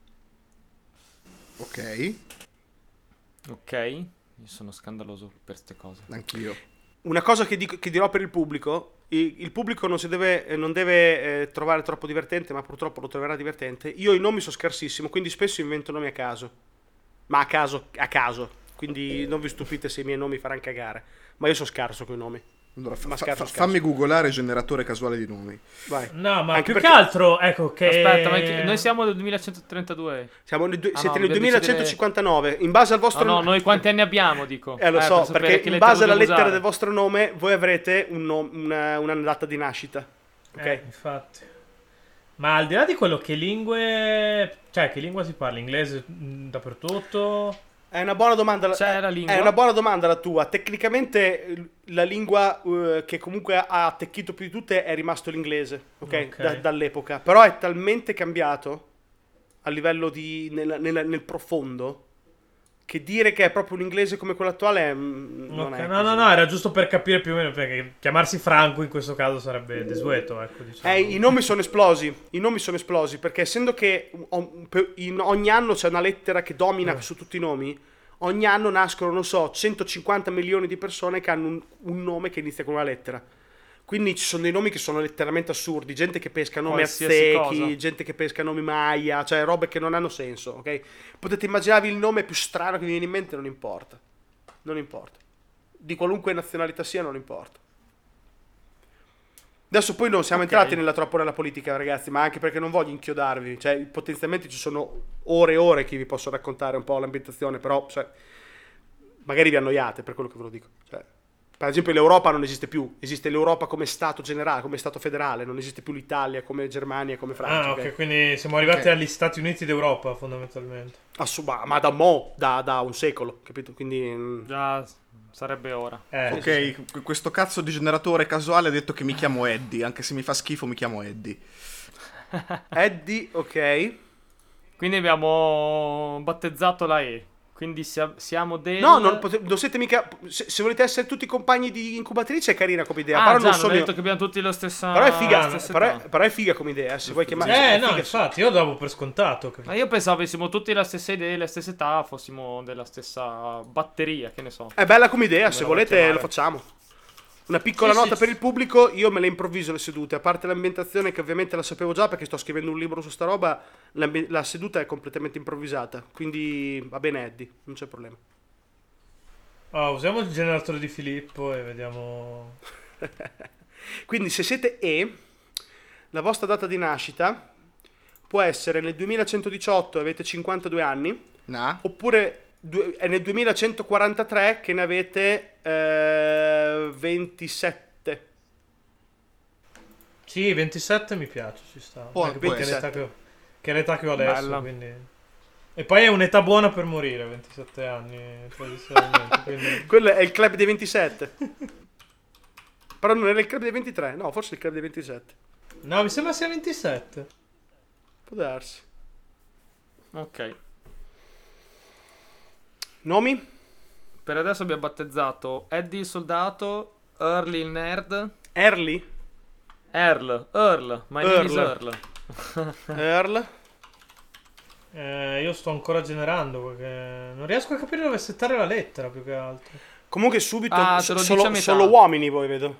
Ok, Ok. Io sono scandaloso per queste cose. anch'io. Una cosa che dirò per il pubblico: il pubblico non deve trovare troppo divertente, ma purtroppo lo troverà divertente. Io i nomi sono scarsissimo, quindi spesso invento nomi a caso. Ma a caso. Quindi non vi stupite se i miei nomi faranno cagare. Ma io sono scarso con i nomi. Allora, scherzo. fammi googolare generatore casuale di nomi. Vai. No, ma Anche più perché che altro, ecco che... Aspetta, ma noi siamo nel 2132. Siete nel dobbiamo 2159. In base al vostro No, noi quanti anni abbiamo, dico. lo so, per sapere perché che in lettera base alla dobbiamo lettera usare. del vostro nome voi avrete una data di nascita. Ok? Infatti. Ma al di là di quello, che lingue... Cioè, che lingua si parla? Inglese dappertutto? È una buona domanda. C'è la lingua? È una buona domanda la tua. Tecnicamente la lingua che comunque ha attecchito più di tutte è rimasto l'inglese, ok? Dall'epoca. Però è talmente cambiato a livello nel profondo che dire che è proprio un inglese come quello attuale non è così. No, era giusto per capire più o meno, perché chiamarsi Franco in questo caso sarebbe desueto, ecco, diciamo. I nomi sono esplosi perché essendo che ogni anno c'è una lettera che domina su tutti i nomi, ogni anno nascono, non so, 150 milioni di persone che hanno un nome che inizia con una lettera. Quindi ci sono dei nomi che sono letteralmente assurdi, gente che pesca nomi Qualsiasi aztechi, cosa. gente che pesca nomi Maya, cioè robe che non hanno senso, ok? Potete immaginarvi il nome più strano che vi viene in mente, non importa. Non importa. Di qualunque nazionalità sia, non importa. Adesso poi non siamo Ok. entrati troppo nella politica, ragazzi, ma anche perché non voglio inchiodarvi, cioè potenzialmente ci sono ore e ore che vi posso raccontare un po' l'ambientazione, però cioè, magari vi annoiate per quello che ve lo dico. Cioè, per esempio l'Europa non esiste più, esiste l'Europa come Stato generale, come Stato federale, non esiste più l'Italia come Germania, come Francia. Ah, ok, ok? quindi siamo arrivati Ok. agli Stati Uniti d'Europa, fondamentalmente. Ma da mo', da un secolo, capito? Quindi Già sarebbe ora. Ok, questo cazzo di generatore casuale ha detto che mi chiamo Eddie, anche se mi fa schifo mi chiamo Eddie. Eddie, ok. Quindi abbiamo battezzato la E. Quindi siamo del... No, non siete mica. Se volete essere tutti compagni di incubatrice, è carina come idea. Ah, però già, non non sono hai io. detto che abbiamo tutti la stessa... Però è figa, la stessa età. però è figa come idea. Se vuoi chiamare. No, infatti, io davo per scontato. Ma io pensavo avessimo tutti la stessa idea, la stessa età, fossimo della stessa batteria, che ne so. È bella come idea, se la volete vuoi chiamare? lo facciamo. Una piccola Sì, nota sì, per sì. il pubblico, io me le improvviso le sedute, a parte l'ambientazione che ovviamente la sapevo già perché sto scrivendo un libro su sta roba, la seduta è completamente improvvisata, quindi va bene Eddie, non c'è problema. Usiamo il generatore di Filippo e vediamo... Quindi se siete la vostra data di nascita può essere nel 2118 e avete 52 anni, Nah? oppure è nel 2143 che ne avete 27. Sì, 27 mi piace, ci sta. Può Anche perché è essere. che è l'età che ho adesso, Bella. quindi... E poi è un'età buona per morire, 27 anni, tradizionalmente, quindi... Quello è il club dei 27. Però non era il club dei 23, no, forse il club dei 27. No, mi sembra sia 27. Può darsi. Ok. Nomi? Per adesso abbiamo battezzato Eddie il soldato, Early il nerd, Early? Earl, my name is Earl. Earl. Earl? Io sto ancora generando perché non riesco a capire dove settare la lettera più che altro. Comunque subito Ah, te lo dice a metà. solo uomini voi vedo.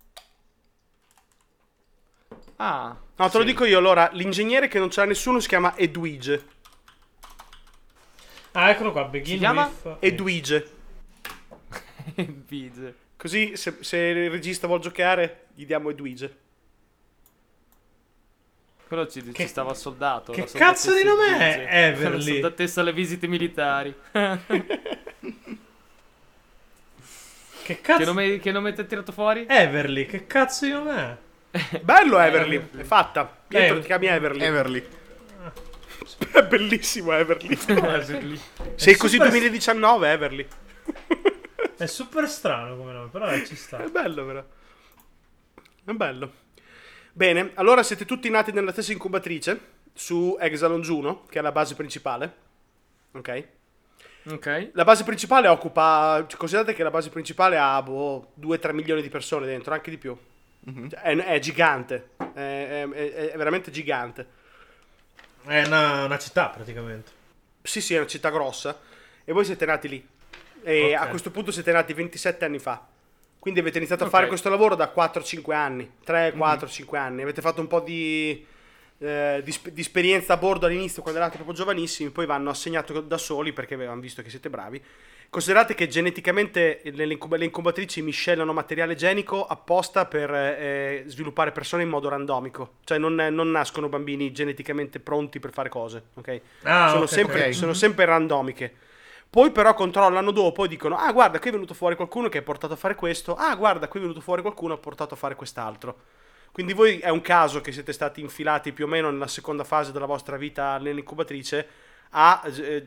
Ah, No, te lo sì. dico io, allora, l'ingegnere che non c'era nessuno si chiama Edwige. Ah, eccolo qua, begin Si chiama? with... Edwige. Vige. Così se il regista vuol giocare gli diamo Edwige. Quello ci stava il soldato. che la cazzo di soldatessa nome è Vige. Everly? La soldatessa alle visite militari. Che cazzo... Che nome ti ha tirato fuori? Everly, che cazzo di nome è? Bello Everly, è fatta. Pietro Eh, ti chiami Everly. Everly. È bellissimo Everly. Everly. Sei È così super- 2019 Everly. È super strano come nome, però ci sta. È bello però. È bello. Bene, allora siete tutti nati nella stessa incubatrice su Exalon Juno, che è la base principale. Ok? Ok. La base principale occupa, considerate che la base principale ha 2-3 milioni di persone dentro, anche di più. Cioè, è gigante, è veramente gigante. È una città praticamente. Sì, è una città grossa. E voi siete nati lì. E Ok. a questo punto siete nati 27 anni fa. Quindi avete iniziato a Ok. fare questo lavoro da 4-5 anni. 3, 4, 5 anni. Avete fatto un po' di esperienza a bordo all'inizio quando eravate proprio giovanissimi. Poi vanno assegnati da soli perché avevano visto che siete bravi. Considerate che geneticamente le incubatrici miscelano materiale genico apposta per sviluppare persone in modo randomico. Cioè non nascono bambini geneticamente pronti per fare cose. Ok? Ah, sono, ok, sempre, ok. sono sempre randomiche. Poi però controllano dopo e dicono: ah, guarda, qui è venuto fuori qualcuno che ha portato a fare questo. Ah, guarda, qui è venuto fuori qualcuno che ha portato a fare quest'altro. Quindi voi è un caso che siete stati infilati più o meno nella seconda fase della vostra vita nell'incubatrice a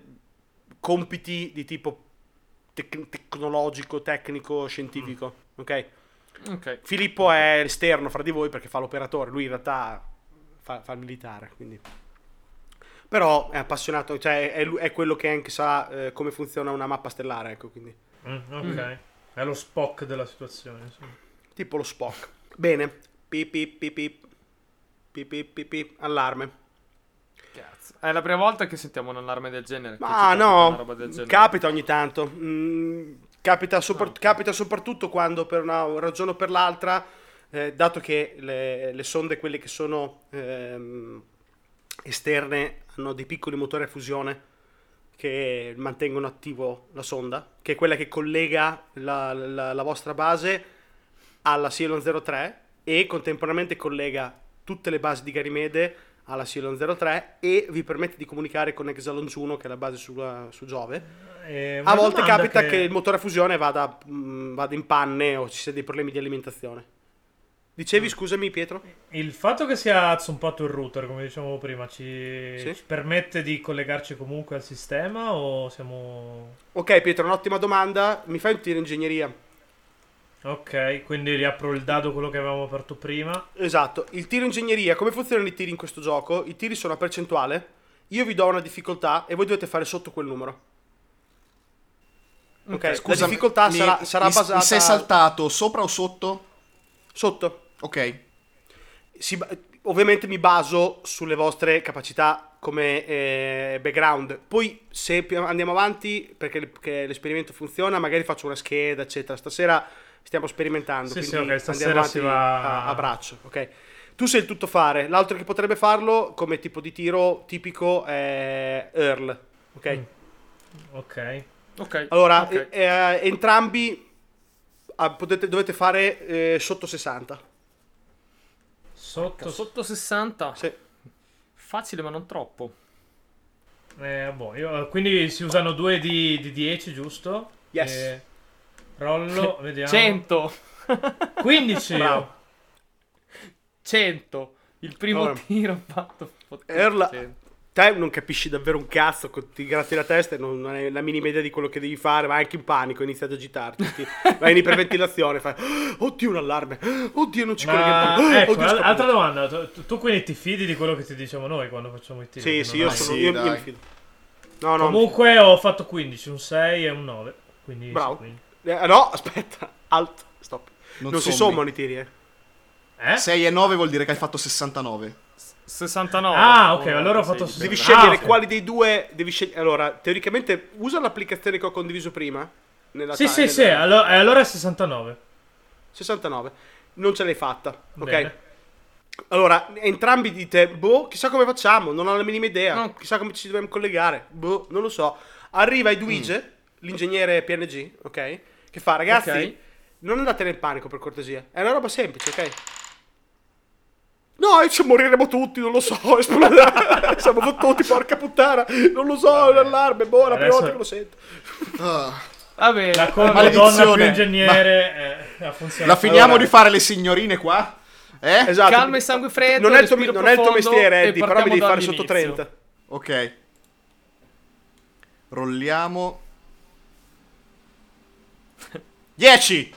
compiti di tipo tecnologico, tecnico, scientifico. Ok? Ok. Filippo è esterno fra di voi perché fa l'operatore. Lui in realtà fa il militare, quindi... Però è appassionato, cioè è quello che anche sa come funziona una mappa stellare, ecco, quindi. Ok. È lo Spock della situazione, insomma. Tipo lo Spock. Bene. Pip pip pip pip. Pip pip pip pip. Allarme. Cazzo. È la prima volta che sentiamo un allarme del genere. che ci Ma capita una no, roba del genere. capita ogni tanto. Capita soprattutto quando per una ragione o per l'altra dato che le sonde, quelle che sono esterne, hanno dei piccoli motori a fusione che mantengono attivo la sonda, che è quella che collega la vostra base alla Cylon 03 e contemporaneamente collega tutte le basi di Ganymede alla Cylon 03 e vi permette di comunicare con Exalon 1, che è la base su Giove. A volte capita che il motore a fusione vada in panne o ci sia dei problemi di alimentazione. Dicevi, scusami Pietro? Il fatto che sia zompato il router, come dicevamo prima, ci permette di collegarci comunque al sistema o siamo... Ok Pietro, un'ottima domanda. Mi fai un tiro ingegneria? Ok, quindi riapro il dado, quello che avevamo aperto prima. Esatto. Il tiro ingegneria, come funzionano i tiri in questo gioco? I tiri sono a percentuale. Io vi do una difficoltà e voi dovete fare sotto quel numero. Ok, Scusami, la difficoltà sarà basata... Mi sei saltato sopra o sotto? Sotto. Ok. Ovviamente mi baso sulle vostre capacità come background. Poi se andiamo avanti, perché l'esperimento funziona, magari faccio una scheda, eccetera. Stasera stiamo sperimentando. Sì, quindi ok, stasera si va a braccio. Ok. Tu sei il tuttofare. L'altro che potrebbe farlo come tipo di tiro tipico è Earl. Ok. Ok. Allora, entrambi dovete fare sotto 60. Sotto 60? Sì. Facile, ma non troppo. Quindi si usano 2 di 10, giusto? Yes. Rollo, vediamo. 100. 15. Bravo. 100. Il primo Allora, tiro fatto. Earl, te non capisci davvero un cazzo, ti gratti la testa e non hai la minima idea di quello che devi fare, vai anche in panico, inizi ad agitarti, vai in iperventilazione, fai oddio un allarme, oddio non ci colleghiamo. Ecco, altra domanda, tu quindi ti fidi di quello che ti diciamo noi quando facciamo i tiri? Sì, io mi fido. No, comunque ho fatto 15, un 6 e un 9, quindi bravo. Quindi. No, aspetta, alt, stop. Non si sommano i tiri, 6 e 9 vuol dire che hai fatto 69. 69. Ah, ok, allora ho fatto 60. Devi scegliere quali dei due devi scegliere. Allora, teoricamente usa l'applicazione che ho condiviso prima. Sì, allora è 69. 69. Non ce l'hai fatta, Bene. ok? Allora, entrambi dite, chissà come facciamo, non ho la minima idea, chissà come ci dobbiamo collegare, non lo so. Arriva Edwige, l'ingegnere PNG, ok? Che fa, ragazzi, non andate nel panico per cortesia, è una roba semplice, ok? No, ci moriremo tutti, non lo so, esploderà, siamo fottuti, porca puttana, non lo so, l'allarme, la prima volta che lo sento. Vabbè, la donna più ingegnere ha funzionato. La finiamo di fare le signorine qua? Esatto. Calma e sangue freddo, non è il tuo mestiere, Eddie, però mi devi fare sotto 30. Ok. Rolliamo. 10!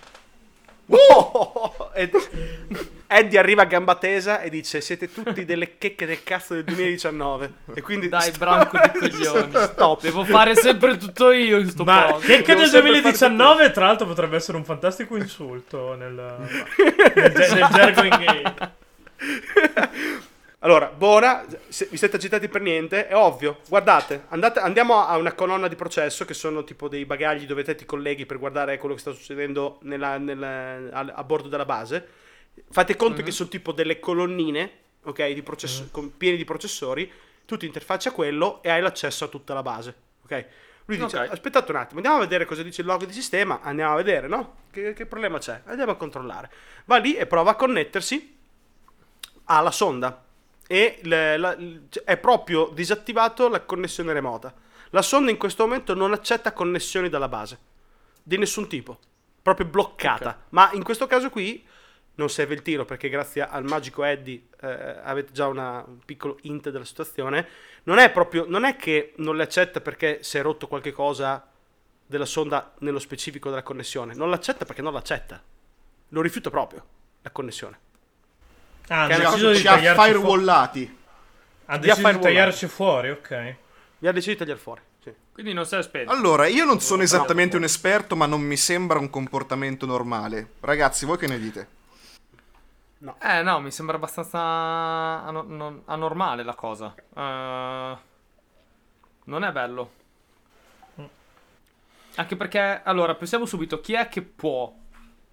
Eddie arriva a gamba tesa e dice: siete tutti delle checche del cazzo del 2019. E quindi dai, branco di coglioni. Stop. Devo fare sempre tutto io in sto Ma podcast. checche del 2019 tra l'altro potrebbe essere un fantastico insulto nel gergo in game. Allora, buona, se vi siete agitati per niente, è ovvio. Guardate, andiamo a una colonna di processo, che sono tipo dei bagagli dove te ti colleghi per guardare quello che sta succedendo a bordo della base. Fate conto che sono tipo delle colonnine, ok, piene di processori. Tu ti interfacci a quello e hai l'accesso a tutta la base, ok? Lui dice, aspettate un attimo, andiamo a vedere cosa dice il log di sistema, andiamo a vedere, no? Che problema c'è? Andiamo a controllare. Va lì e prova a connettersi alla sonda. E è proprio disattivato la connessione remota. La sonda in questo momento non accetta connessioni dalla base di nessun tipo, proprio bloccata. Ma in questo caso qui non serve il tiro, perché grazie al magico Eddie avete già un piccolo hint della situazione. Non è che non le accetta perché si è rotto qualche cosa della sonda nello specifico della connessione, non l'accetta perché non l'accetta, lo rifiuta proprio la connessione. Ah, ci ha firewallati. Ha deciso di tagliarci fuori, ok. Vi ha deciso di tagliare fuori, sì. Quindi non sei aspetta. Allora, io non sono esattamente un esperto, ma non mi sembra un comportamento normale. Ragazzi, voi che ne dite? No. No, mi sembra abbastanza anormale la cosa. Non è bello. Anche perché, allora, pensiamo subito, chi è che può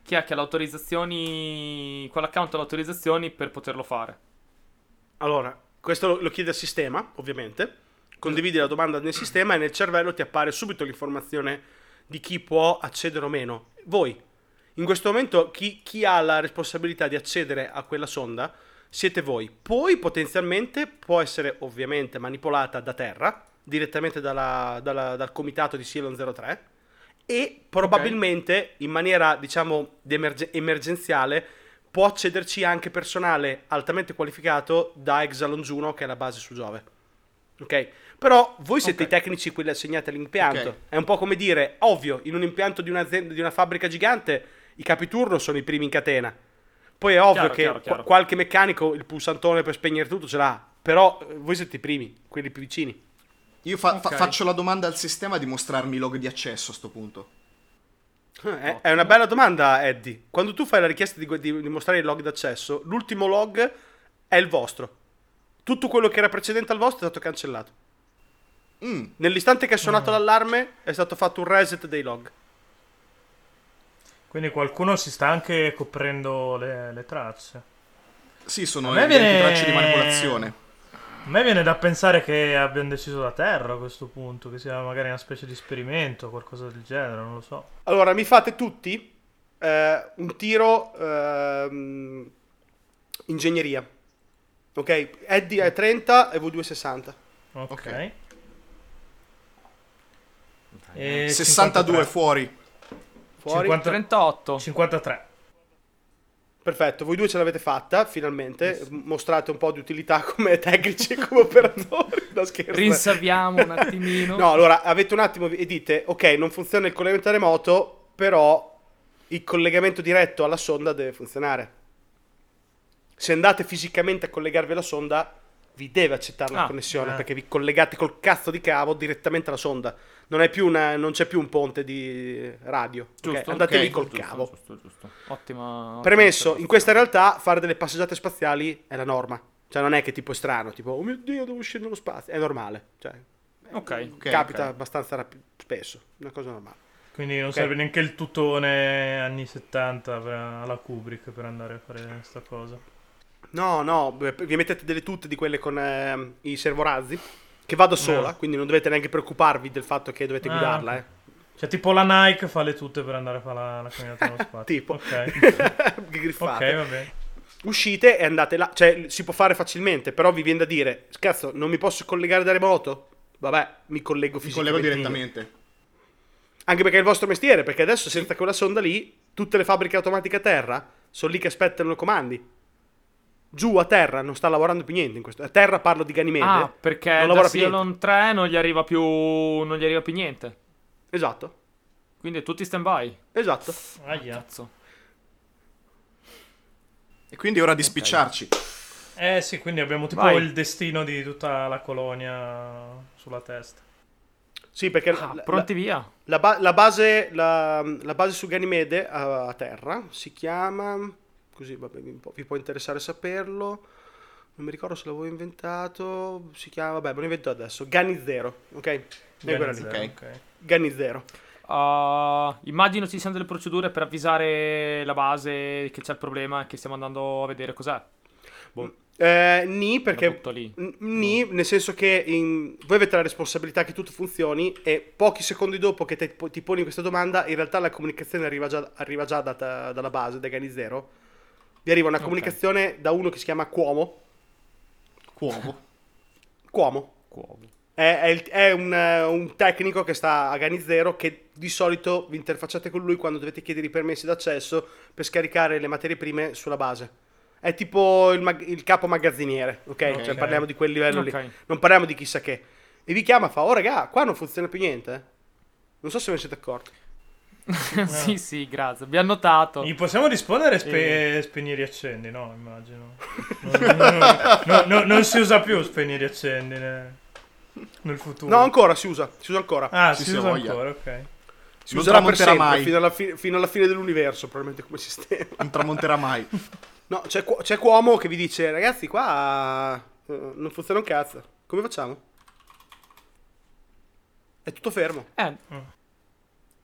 chi è che ha le autorizzazioni, quell'account ha le autorizzazioni per poterlo fare? Allora, questo lo chiede al sistema, ovviamente. Condividi la domanda nel sistema e nel cervello ti appare subito l'informazione di chi può accedere o meno. Voi. In questo momento chi ha la responsabilità di accedere a quella sonda siete voi. Poi potenzialmente può essere ovviamente manipolata da terra, direttamente dal comitato di Cylon 03, e probabilmente in maniera, diciamo, emergenziale può accederci anche personale altamente qualificato da Exalon Juno, che è la base su Giove. Ok? Però voi siete i tecnici, quelli assegnati all'impianto. Ok. È un po' come dire, ovvio, in un impianto di un'azienda, di una fabbrica gigante, i capiturno sono i primi in catena. Poi è ovvio che chiaro. qualche meccanico il pulsantone per spegnere tutto ce l'ha. Però voi siete i primi, quelli più vicini. Io faccio la domanda al sistema di mostrarmi i log di accesso a sto punto. È una bella domanda, Eddie. Quando tu fai la richiesta di mostrare il log d'accesso, l'ultimo log è il vostro. Tutto quello che era precedente al vostro è stato cancellato. Nell'istante che è suonato l'allarme è stato fatto un reset dei log. Quindi qualcuno si sta anche coprendo le tracce. Sì, sono A me evidenti tracce di manipolazione. A me viene da pensare che abbiano deciso la Terra a questo punto, che sia magari una specie di esperimento, qualcosa del genere, non lo so. Allora, mi fate tutti un tiro ingegneria. Ok? Eddie è 30 e voi 2,60. Ok. E 62 fuori. Fuori. 38. 53. Perfetto, voi due ce l'avete fatta, finalmente. Mostrate un po' di utilità come tecnici e come operatori. No, scherzo. Rinsaviamo un attimino. No, allora, avete un attimo e dite, ok, non funziona il collegamento remoto, però il collegamento diretto alla sonda deve funzionare. Se andate fisicamente a collegarvi alla sonda, vi deve accettare la connessione, perché vi collegate col cazzo di cavo direttamente alla sonda. Non c'è più un ponte di radio. Giusto, ok? Andate ok, lì col cavo. Giusto. Ottima. Premesso, in questa realtà fare delle passeggiate spaziali è la norma. Cioè non è che tipo è strano, tipo, oh mio Dio, devo uscire nello spazio. È normale. Cioè, Ok. capita abbastanza spesso, una cosa normale. Quindi non serve neanche il tutone anni 70 alla Kubrick per andare a fare questa cosa. No, vi mettete delle tute di quelle con i servorazzi, che va da sola, quindi non dovete neanche preoccuparvi del fatto che dovete guidarla, ok. Cioè tipo la Nike fa le tute per andare a fare la camminata nello spazio. Tipo. Ok. Griffate. Ok, va bene. Uscite e andate là, cioè si può fare facilmente, però vi viene da dire, cazzo, non mi posso collegare da remoto? Vabbè, mi collego Mi fisicamente. collego direttamente. Anche perché è il vostro mestiere, perché adesso senza quella sonda lì, tutte le fabbriche automatiche a terra sono lì che aspettano i comandi. Giù a terra non sta lavorando più niente in questo. A terra parlo di Ganimede. Ah, perché non da lavora più niente. Cylon 3 non gli arriva più niente. Esatto. Quindi è tutti stand by. Esatto. Aia. Cazzo. E quindi è ora di spicciarci. Sì, quindi abbiamo tipo Vai. il destino di tutta la colonia sulla testa. Sì, perché Pronti via. la base su Ganimede a terra si chiama, così vabbè, vi può interessare saperlo, non mi ricordo se l'avevo inventato, si chiama, vabbè, me lo invento adesso, Gani Zero, ok? È quella lì. Ok. Gani Zero. Immagino ci siano delle procedure per avvisare la base che c'è il problema e che stiamo andando a vedere cos'è. Nì, La perché butto lì. nì, nel senso che voi avete la responsabilità che tutto funzioni e pochi secondi dopo che ti poni questa domanda, in realtà la comunicazione arriva già dalla base, da Gani Zero. Vi arriva una comunicazione da uno che si chiama Cuomo. Cuomo. È un tecnico che sta a Gani Zero, che di solito vi interfacciate con lui quando dovete chiedere i permessi d'accesso per scaricare le materie prime sulla base. È tipo il capo magazziniere, ok? Cioè parliamo di quel livello lì. Non parliamo di chissà che. E vi chiama e fa, oh raga, qua non funziona più niente. Non so se ve ne siete accorti. Sì, grazie. Abbiamo notato. Gli possiamo rispondere spegni e riaccendi, no? Immagino. Non si usa più spegni e riaccendi nel futuro. No, ancora si usa ancora. Ah, Sì, si sì, usa voglia. ancora, ok. Si Non userà per tramonterà sempre, mai. fino alla fine dell'universo, probabilmente come sistema. Non tramonterà mai. No, c'è Cuomo che vi dice, ragazzi, qua non funziona un cazzo. Come facciamo? È tutto fermo.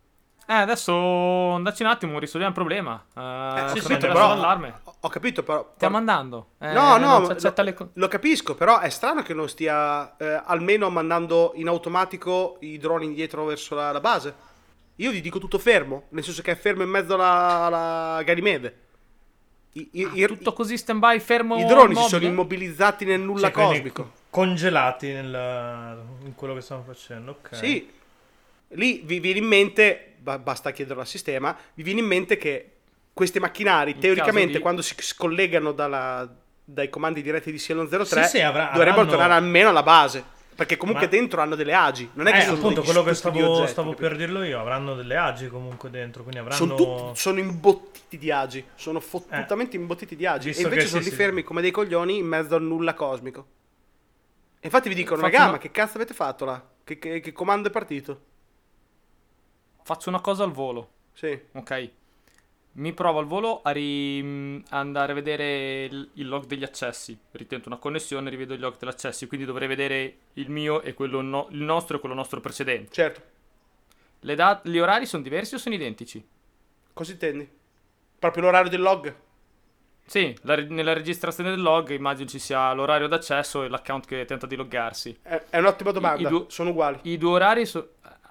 Adesso andaci un attimo, risolviamo il problema. Sì, sono però l'allarme. ho capito, però. Stiamo andando. No, non ci no, accetta le lo capisco, però è strano che non stia almeno mandando in automatico i droni indietro verso la base. Io gli dico tutto fermo, nel senso che è fermo in mezzo alla Ganimede. Tutto così stand-by, fermo. I droni si immobile? sono immobilizzati nel nulla Cioè, quindi cosmico. congelati in quello che stiamo facendo, ok. Sì, lì vi viene in mente, basta chiederlo al sistema, vi viene in mente che questi macchinari, In teoricamente, caso di- quando si scollegano dai comandi diretti di Cielo 03, Sì, dovrebbero avranno- tornare almeno alla base. Perché comunque Ma- dentro hanno delle agi. Non è che sono appunto degli quello che stufi di oggetti, stavo capito? per dirlo io, avranno delle agi comunque dentro, quindi avranno... Sono imbottiti di agi. Sono fottutamente imbottiti di agi. E Visto invece che sono sì, lì sì. fermi come dei coglioni in mezzo al nulla cosmico. E infatti vi dicono, Faccio raga, una- ma che cazzo avete fatto là? Che comando è partito? Faccio una cosa al volo, Sì. ok? Mi provo al volo a andare a vedere il log degli accessi. Ritento una connessione, rivedo il log degli accessi. Quindi dovrei vedere il mio e quello il nostro e quello nostro precedente. Certo. Gli orari sono diversi o sono identici? Cosa intendi? Proprio l'orario del log? Sì, nella registrazione del log immagino ci sia l'orario d'accesso e l'account che tenta di loggarsi. È un'ottima domanda. Sono uguali. I due orari sono...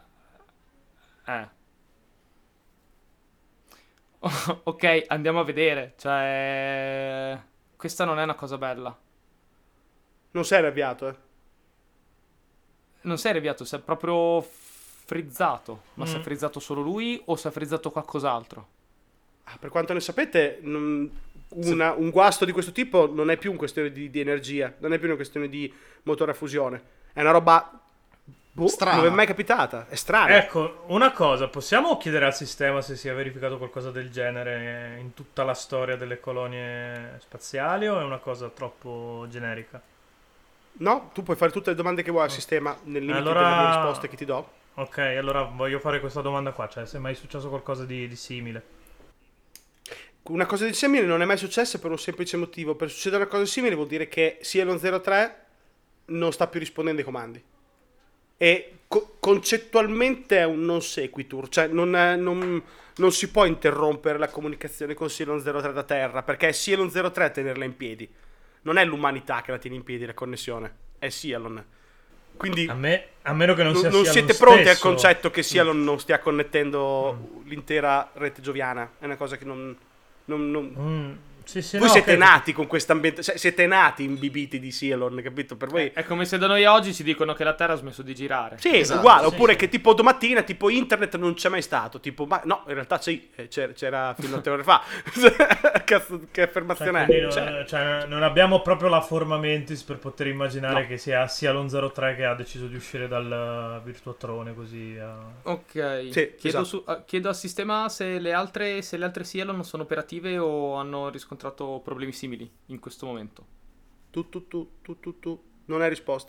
Ok, andiamo a vedere. Cioè... Questa non è una cosa bella. Non sei arrabbiato, Non sei arrabbiato, sei proprio frizzato. Ma si è Mm. frizzato solo lui o si è frizzato qualcos'altro? Per quanto ne sapete, un guasto di questo tipo non è più una questione di energia, non è più una questione di motore a fusione. È una roba Strana. non è mai capitata, è strana. Ecco, una cosa, possiamo chiedere al sistema se si è verificato qualcosa del genere in tutta la storia delle colonie spaziali o è una cosa troppo generica? No, tu puoi fare tutte le domande che vuoi al sistema nel limite Allora- delle mie risposte che ti do. Ok, allora voglio fare questa domanda qua, cioè se è mai successo qualcosa di simile. Una cosa di simile non è mai successa per un semplice motivo. Per succedere una cosa simile vuol dire che Cielo 03 non sta più rispondendo ai comandi. E concettualmente è un non sequitur, cioè non si può interrompere la comunicazione con Cielo 03 da terra, perché è Cielo 03 a tenerla in piedi. Non è l'umanità che la tiene in piedi la connessione, è Cielo. Quindi A meno che non sia non Cielo siete pronti al stesso. concetto che Cielo non stia connettendo l'intera rete gioviana. È una cosa che non Sì, sì, voi no, siete ok. nati con questo ambiente, cioè, siete nati imbibiti di Cielon, capito? Per voi È come se da noi oggi ci dicono che la Terra ha smesso di girare. sì, Esatto, uguale, sì, oppure sì. che tipo domattina, tipo internet non c'è mai stato, tipo, ma no, in realtà sì, c'era fino a 3 ore fa. Cazzo, che affermazione Quindi è? Cioè, non abbiamo proprio la forma mentis per poter immaginare No. che sia l'On03 che ha deciso di uscire dal Virtuatrone così. Ok, Sì, chiedo, esatto. chiedo al sistema se le altre Cielo non sono operative o hanno riscontrato problemi simili in questo momento. tu, non hai risposta.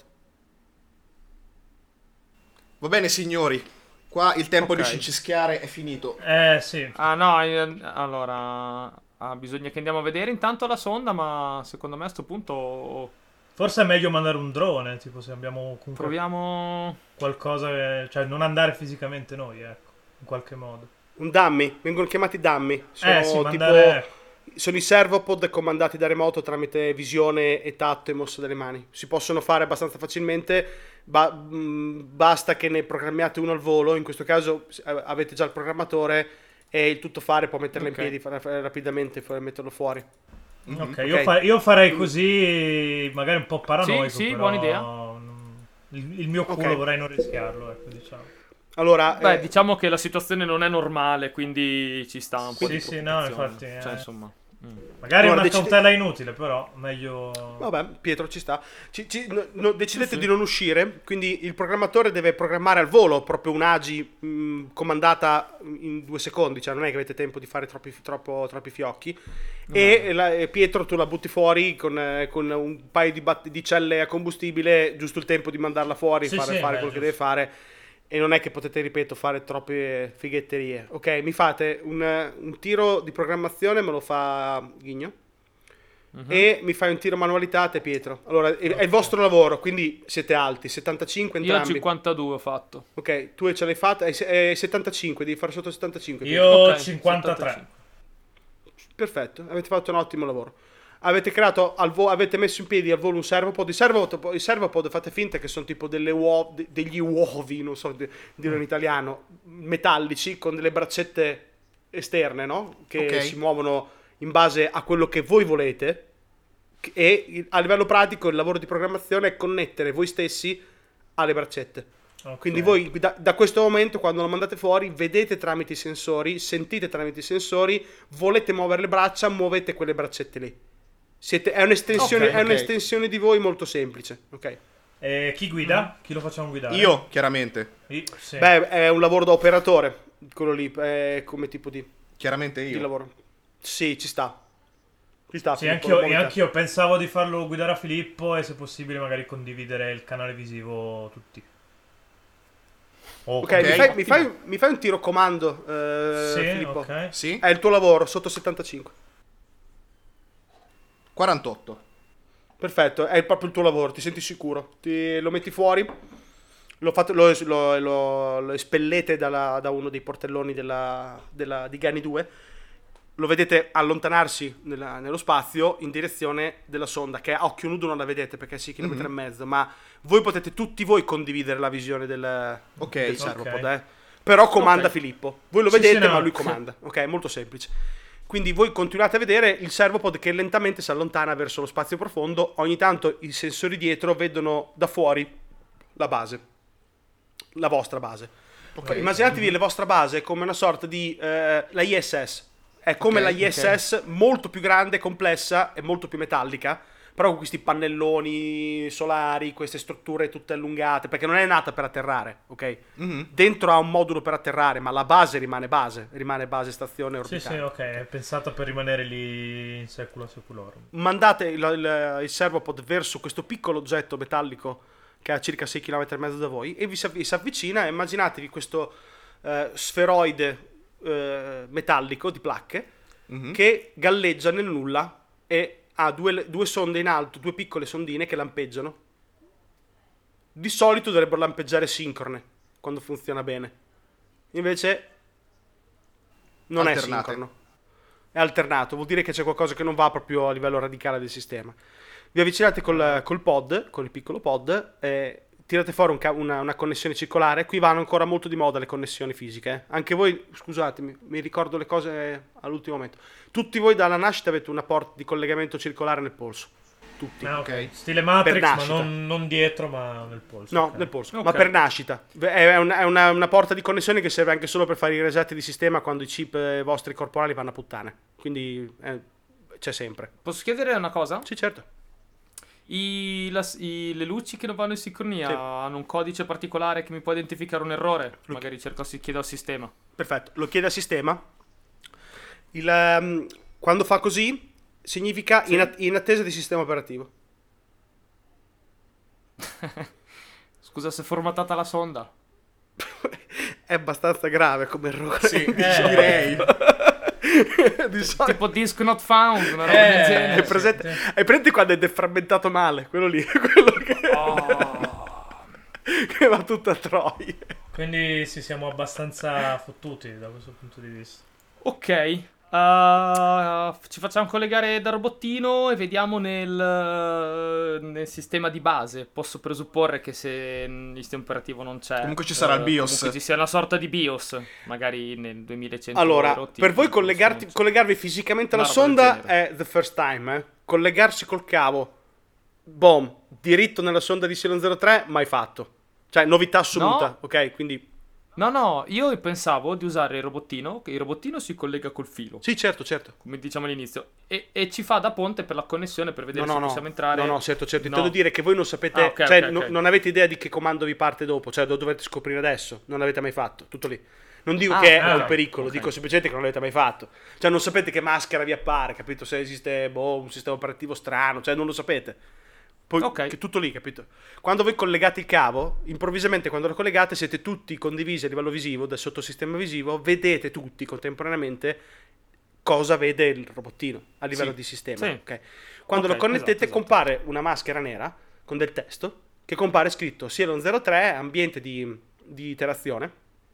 Va bene, signori. Qua il tempo Ok. di cincischiare è finito. Sì. Ah no, allora bisogna che andiamo a vedere intanto la sonda, ma secondo me a sto punto Forse è meglio mandare un drone, tipo se abbiamo comunque proviamo... qualcosa cioè non andare fisicamente noi, ecco, in qualche modo. Un dummy, vengono chiamati dummy. Sono Sì, tipo mandare... sono i servopod comandati da remoto tramite visione e tatto e mossa delle mani. Si possono fare abbastanza facilmente, basta che ne programmiate uno al volo. In questo caso avete già il programmatore e il tuttofare può metterlo Ok. in piedi rapidamente e metterlo fuori. Ok, Ok. io farei così, magari un po' paranoico, Sì, però buona idea. Il mio culo Ok. vorrei non rischiarlo, ecco, diciamo. Allora, Beh, diciamo che la situazione non è normale, quindi ci sta un po' Sì, di sì, no, preoccupazione. infatti, Cioè, insomma... Magari Allora, una cautela inutile, però meglio... vabbè, Pietro ci sta. Decidete di non uscire, quindi il programmatore deve programmare al volo proprio un'AGI comandata in 2 secondi, cioè non è che avete tempo di fare troppi fiocchi. E Pietro tu la butti fuori con un paio di celle a combustibile, giusto il tempo di mandarla fuori, Sì, fare sì, quello che deve fare. E non è che potete, ripeto, fare troppe fighetterie. Ok, mi fate un tiro di programmazione, me lo fa Ghigno. e mi fai un tiro manualità a te, Pietro. Allora, è il vostro lavoro, quindi siete alti, 75 Io ho entrambi. 52 ho fatto. Ok, tu ce l'hai fatta, è 75, devi fare sotto 75. Io Ok, 53. 75. Perfetto, avete fatto un ottimo lavoro. Avete creato avete messo in piedi al volo un servopod. Il servopod fate finta che sono tipo degli uovi, non so dire in italiano, metallici con delle braccette esterne, no? Che Ok. si muovono in base a quello che voi volete. E a livello pratico il lavoro di programmazione è connettere voi stessi alle braccette. Ok. Quindi voi da questo momento, quando lo mandate fuori, vedete tramite i sensori, sentite tramite i sensori, volete muovere le braccia, muovete quelle braccette lì. È un'estensione, Ok, è ok. un'estensione di voi molto semplice, ok? Chi guida? Chi lo facciamo guidare? Io, chiaramente. Sì. Beh, è un lavoro da operatore, quello lì, è come tipo di Chiaramente io. lavoro. Sì, ci sta. Ci sta. Sì, Filippo, anch'io, la e buona anch'io pensavo di farlo guidare a Filippo e se possibile magari condividere il canale visivo tutti. Ok, Ok. mi fai un tiro comando, Sì, Filippo. ok. Sì? È il tuo lavoro, sotto 75. 48. Perfetto, è proprio il tuo lavoro, ti senti sicuro. Lo metti fuori, lo espellete da uno dei portelloni di Gani 2. Lo vedete allontanarsi nello spazio in direzione della sonda, che a occhio nudo non la vedete perché è 6 km e mezzo, ma voi potete tutti voi condividere la visione del servopod, Però comanda Ok. Filippo. Voi lo Sì, vedete, sì, no. ma lui comanda. Ok, è molto semplice. Quindi voi continuate a vedere il servopod che lentamente si allontana verso lo spazio profondo. Ogni tanto i sensori dietro vedono da fuori la base, la vostra base. Immaginatevi la vostra base come una sorta di la ISS. È come Ok, la ISS, molto più grande, complessa e molto più metallica, però con questi pannelloni solari, queste strutture tutte allungate, perché non è nata per atterrare, ok? Dentro ha un modulo per atterrare, ma la base rimane base stazione Sì, orbitale. sì, ok, è pensata per rimanere lì in secula seculorum. Mandate il servopod verso questo piccolo oggetto metallico che ha circa 6 km e mezzo da voi e vi si avvicina. E immaginatevi questo sferoide metallico di placche che galleggia nel nulla e ha due sonde in alto, due piccole sondine che lampeggiano. Di solito dovrebbero lampeggiare sincrone quando funziona bene, invece non Alternate. è sincrono, è alternato, vuol dire che c'è qualcosa che non va proprio a livello radicale del sistema. Vi avvicinate col pod, con il piccolo pod, tirate fuori una connessione circolare. Qui vanno ancora molto di moda le connessioni fisiche. Anche voi, scusatemi, mi ricordo le cose all'ultimo momento. Tutti voi dalla nascita avete una porta di collegamento circolare nel polso. Tutti. Ah, ok. Ok. Stile Matrix, Per ma nascita. non dietro, ma nel polso. No, ok. nel polso, Ok. ma per nascita. È una porta di connessione che serve anche solo per fare i reset di sistema quando i chip vostri corporali vanno a puttane. Quindi c'è sempre. Posso chiedere una cosa? Sì, certo. Le luci che non vanno in sincronia Sì. hanno un codice particolare che mi può identificare un errore? Magari chiedo al sistema. Perfetto, lo chiede al sistema. Quando fa così, significa in attesa di sistema operativo. Scusa se è formatata la sonda. È abbastanza grave come errore. Sì, direi. Di solito Tipo disk not found, una roba del genere. hai presente quando è deframmentato male? Quello lì, quello che va tutto a troia. Quindi sì, siamo abbastanza fottuti da questo punto di vista. Ok, ci facciamo collegare da robottino e vediamo nel sistema di base. Posso presupporre che se il sistema operativo non c'è, Comunque ci sarà il BIOS. comunque ci sia una sorta di BIOS, magari nel 2100. Allora, rotti, per voi non so. collegarvi fisicamente alla Una roba del sonda genere. è the first time, Collegarsi col cavo, boom, diritto nella sonda di Silon 03, mai fatto. Cioè, novità assoluta, No. ok? Quindi, No, io pensavo di usare il robottino, che il robottino si collega col filo, sì, certo. come diciamo all'inizio, e ci fa da ponte per la connessione per vedere se No, possiamo entrare. no, certo. No. Intendo dire che voi non sapete, Ah, ok, cioè, ok, ok. non avete idea di che comando vi parte dopo, cioè, lo dovete scoprire adesso, non l'avete mai fatto, tutto lì. Non dico Ah, che è ok, un pericolo, ok. dico semplicemente che non l'avete mai fatto. Cioè, non sapete che maschera vi appare, capito? Se esiste, un sistema operativo strano, cioè, non lo sapete. Poi, Ok. che tutto lì, capito? Quando voi collegate il cavo, improvvisamente quando lo collegate siete tutti condivisi a livello visivo, del sottosistema visivo, vedete tutti contemporaneamente cosa vede il robottino a livello Sì. di sistema. Sì. Ok? Quando lo Ok, connettete esatto. compare una maschera nera con del testo che compare scritto Cylon 03 ambiente di iterazione,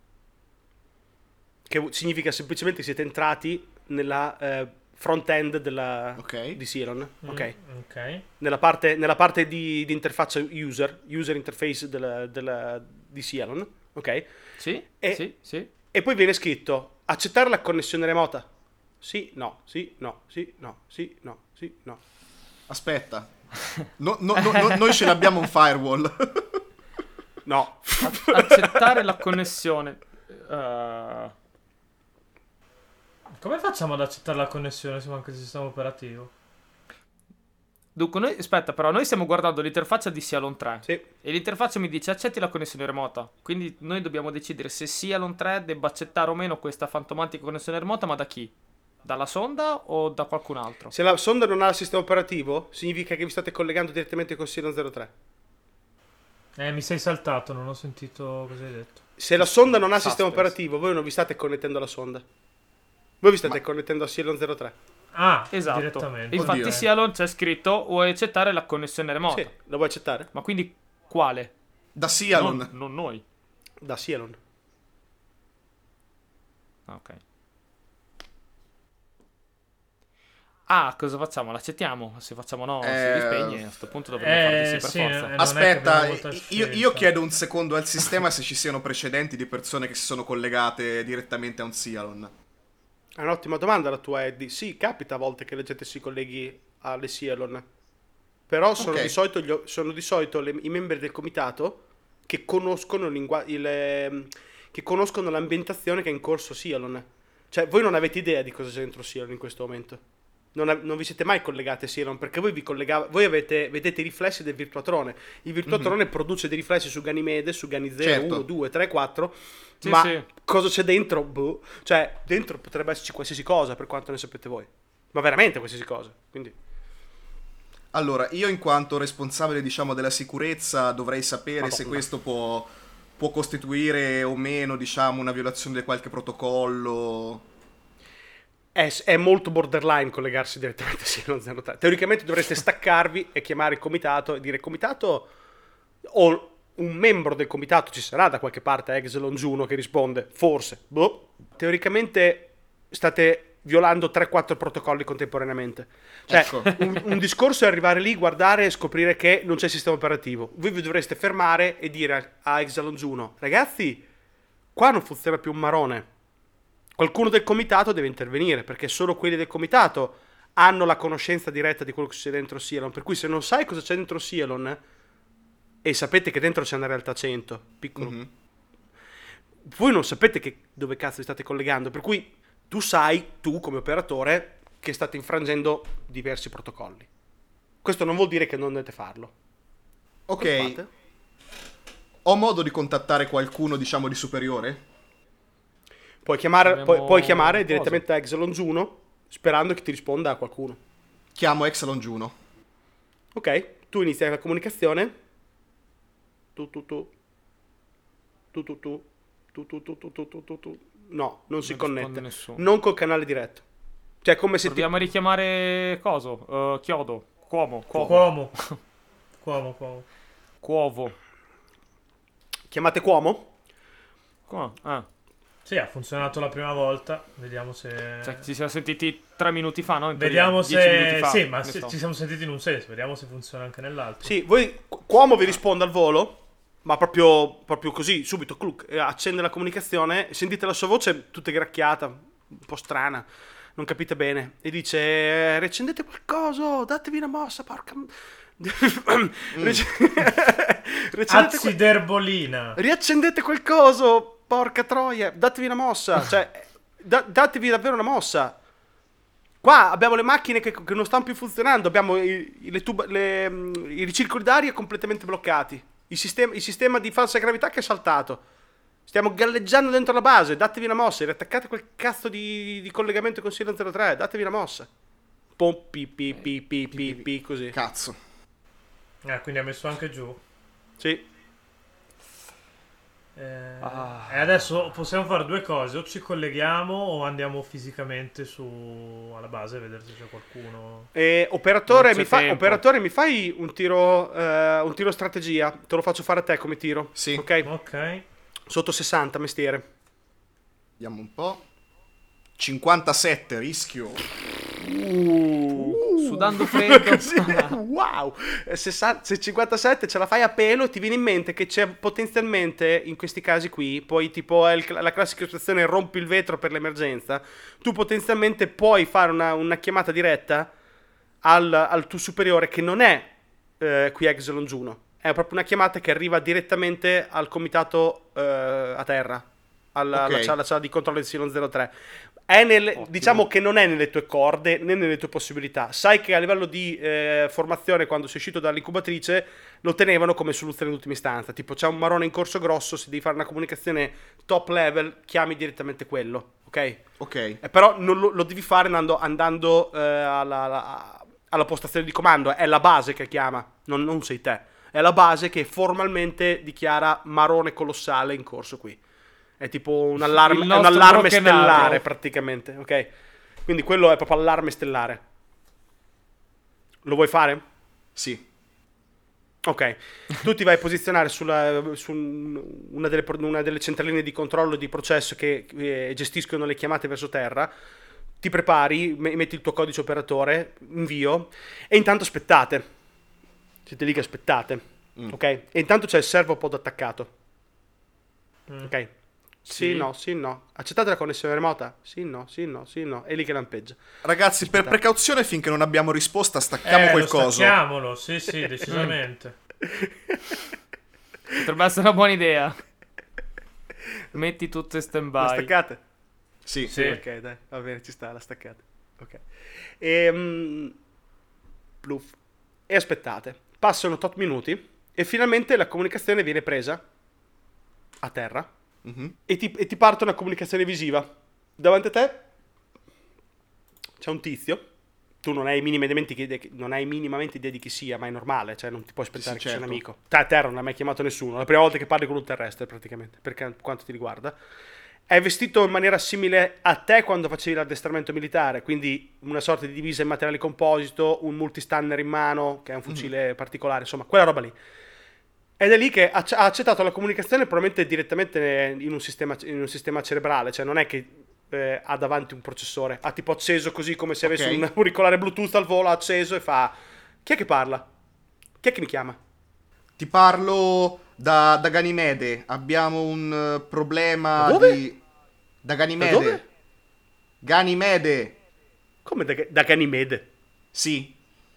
che significa semplicemente che siete entrati nella front-end Ok. di Cylon. Ok? Ok. Nella parte di interfaccia user interface di Cylon, ok? Sì, E- sì, sì. E poi viene scritto accettare la connessione remota. Sì, no, sì, no, sì, no, sì, no, sì, no. Aspetta. Noi ce l'abbiamo un firewall. No. Accettare la connessione. Eh, Come facciamo ad accettare la connessione se manca il sistema operativo? Dunque, aspetta, però, noi stiamo guardando l'interfaccia di Cylon 3. Sì. E l'interfaccia mi dice accetti la connessione remota. Quindi noi dobbiamo decidere se Cylon 3 debba accettare o meno questa fantomatica connessione remota, ma da chi? Dalla sonda o da qualcun altro? Se la sonda non ha il sistema operativo, significa che vi state collegando direttamente con Cylon 03. Mi sei saltato, non ho sentito cosa hai detto. Se la sonda non ha il sistema Suspense. operativo, voi non vi state connettendo alla sonda. Voi vi state connettendo a Cylon 03. Ah, Esatto. direttamente. Infatti Oddio. Cylon c'è scritto vuoi accettare la connessione remota. Sì, la vuoi accettare? Ma quindi quale? Da Cylon. Non noi. Da Cylon. Ah, ok. Ah, cosa facciamo? L'accettiamo? Se facciamo no, si rispegne. A sto punto dovremmo fare di sì per sì, forza. non è che Aspetta, abbiamo molta io scelta. chiedo un secondo al sistema se ci siano precedenti di persone che si sono collegate direttamente a un Cylon. È un'ottima domanda la tua, Eddie. Sì, capita a volte che la gente si colleghi alle Cylon. Però sono Ok. di solito i membri del comitato che conoscono che conoscono l'ambientazione che è in corso Cylon. Cioè, voi non avete idea di cosa c'è dentro Cylon in questo momento. Non vi siete mai collegati a Cylon perché voi vedete i riflessi del Virtuatrone. Il Virtuatrone produce dei riflessi su Ganimede, su Gani 0, Certo. 1, 2, 3, 4. Sì, Ma sì. cosa c'è dentro? Boh. Cioè, dentro potrebbe esserci qualsiasi cosa per quanto ne sapete voi. Ma veramente qualsiasi cosa. Quindi, Allora, io in quanto responsabile, diciamo, della sicurezza dovrei sapere se Madonna. questo può costituire o meno, diciamo, una violazione di qualche protocollo. è molto borderline collegarsi direttamente a Cylon 03. Teoricamente dovreste staccarvi e chiamare il comitato e dire comitato o un membro del comitato ci sarà da qualche parte, Exelon Juno che risponde, forse, boh. Teoricamente state violando 3-4 protocolli contemporaneamente. Cioè, Ecco. un discorso è arrivare lì, guardare e scoprire che non c'è sistema operativo. Voi vi dovreste fermare e dire a Exelon Juno, ragazzi, qua non funziona più un marone. Qualcuno del comitato deve intervenire, perché solo quelli del comitato hanno la conoscenza diretta di quello che c'è dentro Cylon. Per cui se non sai cosa c'è dentro Cylon e sapete che dentro c'è una realtà 100, piccolo, Mhm. voi non sapete dove cazzo vi state collegando. Per cui tu come operatore, che state infrangendo diversi protocolli. Questo non vuol dire che non dovete farlo. Lo Ok, fate. ho modo di contattare qualcuno, diciamo, di superiore? Puoi chiamare Cosa? direttamente a Exelon Juno sperando che ti risponda a qualcuno. Chiamo Exelon Juno. Ok, tu inizi la comunicazione. Tu. No, non si Non risponde connette. nessuno. Non col canale diretto. Cioè, come se Proviamo a richiamare coso? Chiodo. Cuomo. Cuomo. Cuovo. chiamate Cuomo. Ah. Sì, ha funzionato la prima volta. Vediamo se. Cioè, ci siamo sentiti 3 minuti fa, no? In teoria, Vediamo 10 minuti se. fa, Sì, ma ne so. ci siamo sentiti in un senso. Vediamo se funziona anche nell'altro. Sì, Cuomo vi risponde al volo, ma proprio così, subito, cluck, accende la comunicazione, sentite la sua voce tutta gracchiata, un po' strana, non capite bene, e dice, riaccendete qualcosa, datevi una mossa, porca... Aziderbolina. Riaccendete qualcosa, porca troia, datevi una mossa, cioè, datevi davvero una mossa. Qua abbiamo le macchine che non stanno più funzionando, abbiamo i ricircoli d'aria completamente bloccati, il sistema di falsa gravità che è saltato. Stiamo galleggiando dentro la base, datevi una mossa, riattaccate quel cazzo di collegamento con Cylon 03, datevi una mossa. Pom, pi, così. Cazzo. Quindi ha messo anche giù. Sì. E adesso possiamo fare due cose: o ci colleghiamo o andiamo fisicamente alla base a vedere se c'è qualcuno. Operatore, Non c'è tempo. operatore, mi fai un tiro strategia? Te lo faccio fare a te come tiro. Sì. Ok. Sotto 60, mestiere. Vediamo un po'. 57, rischio. Sudando freddo. Sì, wow. Se 57 ce la fai a pelo, ti viene in mente che c'è potenzialmente in questi casi qui, poi tipo è la classica situazione rompi il vetro per l'emergenza, tu potenzialmente puoi fare una chiamata diretta al tuo superiore che non è qui a Exelon Juno, è proprio una chiamata che arriva direttamente al comitato a terra, alla sala di controllo di Silon 03. Diciamo che non è nelle tue corde né nelle tue possibilità. Sai che a livello di formazione, quando sei uscito dall'incubatrice, lo tenevano come soluzione d'ultima istanza. Tipo, c'è un marrone in corso grosso, se devi fare una comunicazione top level, chiami direttamente quello, ok? Però non lo devi fare andando alla postazione di comando. È la base che chiama, non sei te. È la base che formalmente dichiara marrone colossale in corso qui. È tipo un allarme stellare praticamente, ok? Quindi quello è proprio allarme stellare. Lo vuoi fare? Sì. Ok. Tu ti vai a posizionare su una delle centraline di controllo di processo che gestiscono le chiamate verso terra. Ti prepari, metti il tuo codice operatore, invio, e intanto aspettate. Siete lì che aspettate, ok? E intanto c'è il servopod attaccato. Ok? Sì, no. Accettate la connessione remota? Sì, no. È lì che lampeggia. Ragazzi, per precauzione, finché non abbiamo risposta, stacchiamo quel coso. Stacchiamolo, sì, decisamente. Potrebbe essere una buona idea. Metti tutto in stand-by. La staccate? Sì. Ok, dai, va bene, ci sta, la staccate. Ok. Bluff. E aspettate. Passano tot minuti e finalmente la comunicazione viene presa a terra. E ti parte una comunicazione visiva. Davanti a te c'è un tizio. Tu non hai minimamente idea di chi sia, ma è normale, cioè non ti puoi aspettare che sia un amico. A terra non hai mai chiamato nessuno. È la prima volta che parli con un terrestre, praticamente, per quanto ti riguarda. È vestito in maniera simile a te quando facevi l'addestramento militare, quindi una sorta di divisa in materiale composito, un multistunner in mano, che è un fucile particolare, insomma, quella roba lì. Ed è lì che ha accettato la comunicazione probabilmente direttamente in un sistema cerebrale, cioè non è che ha davanti un processore, ha tipo acceso così come se avesse un auricolare Bluetooth al volo, ha acceso e fa: chi è che parla? Chi è che mi chiama? Ti parlo da Ganimede, abbiamo un problema da dove? Da Ganimede. Da dove? Ganimede. Come da Ganimede? Sì.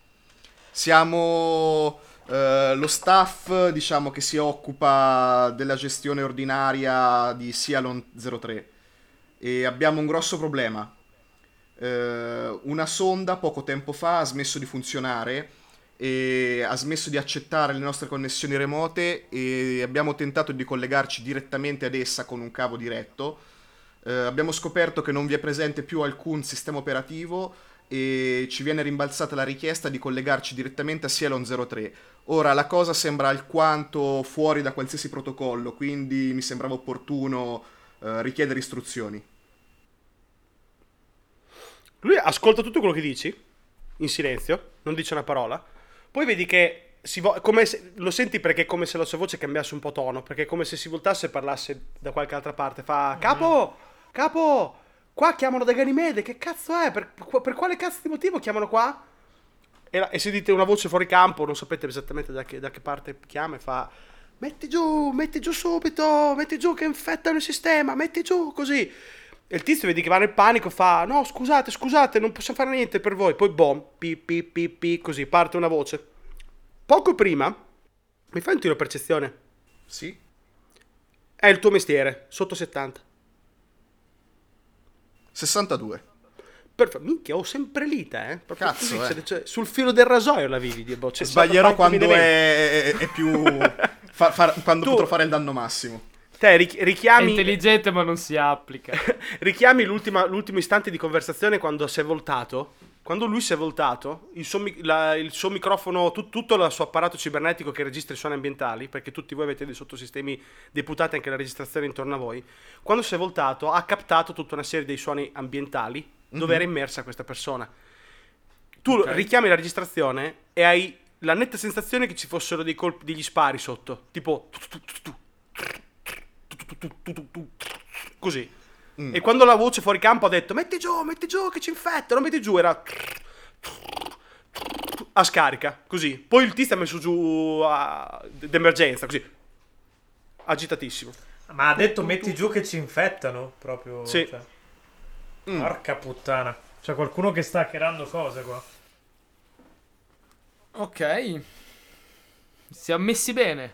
Siamo lo staff, diciamo, che si occupa della gestione ordinaria di Silon 03 e abbiamo un grosso problema. Una sonda poco tempo fa ha smesso di funzionare e ha smesso di accettare le nostre connessioni remote e abbiamo tentato di collegarci direttamente ad essa con un cavo diretto. Abbiamo scoperto che non vi è presente più alcun sistema operativo e ci viene rimbalzata la richiesta di collegarci direttamente a Silon 03. Ora la cosa sembra alquanto fuori da qualsiasi protocollo, quindi mi sembrava opportuno richiedere istruzioni. Lui ascolta tutto quello che dici in silenzio, non dice una parola. Poi vedi che lo senti perché è come se la sua voce cambiasse un po' tono, perché è come se si voltasse e parlasse da qualche altra parte. Fa: capo, qua chiamano da Ganimede, che cazzo è? Per quale cazzo di motivo chiamano qua? E sentite una voce fuori campo, non sapete esattamente da che parte chiama, e fa: metti giù subito, metti giù che infettano il sistema, metti giù così. E il tizio vedi che va nel panico, fa: no, scusate, non possiamo fare niente per voi. Poi pi, così parte una voce. Poco prima, mi fai un tiro percezione? Sì. È il tuo mestiere, sotto 70. 62. Minchia, ho sempre lì te, proprio Cazzo, così, cioè, sul filo del rasoio la vivi. Sbaglierò quando è più... quando potrò fare il danno massimo. Te richiami... È intelligente ma non si applica. Richiami l'ultimo istante di conversazione quando si è voltato quando lui si è voltato, il suo microfono, tutto il suo apparato cibernetico che registra i suoni ambientali, perché tutti voi avete dei sottosistemi deputati anche alla registrazione intorno a voi, quando si è voltato ha captato tutta una serie dei suoni ambientali dove era immersa questa persona. Tu richiami la registrazione e hai la netta sensazione che ci fossero dei colpi, degli spari sotto, tipo così. E quando la voce fuori campo ha detto metti giù che ci infettano, metti giù, era a scarica, così. Poi il tizio ha messo giù d'emergenza, così, agitatissimo. Ma ha detto metti giù che ci infettano, proprio. Sì. Cioè. Porca puttana. C'è qualcuno che sta hackerando cose qua. Ok. Siamo messi bene.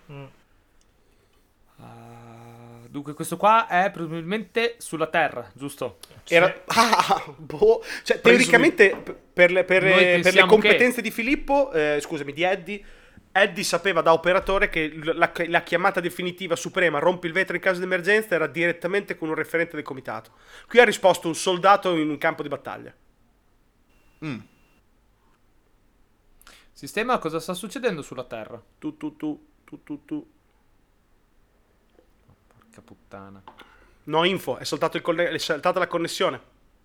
Dunque questo qua è probabilmente sulla Terra, giusto? Era, cioè, teoricamente per le competenze di Filippo, scusami, di Eddie sapeva da operatore che la chiamata definitiva suprema rompi il vetro in caso di emergenza era direttamente con un referente del comitato. Qui ha risposto un soldato in un campo di battaglia. Sistema, cosa sta succedendo sulla Terra? Tu. Porca puttana. No info, è saltata la connessione.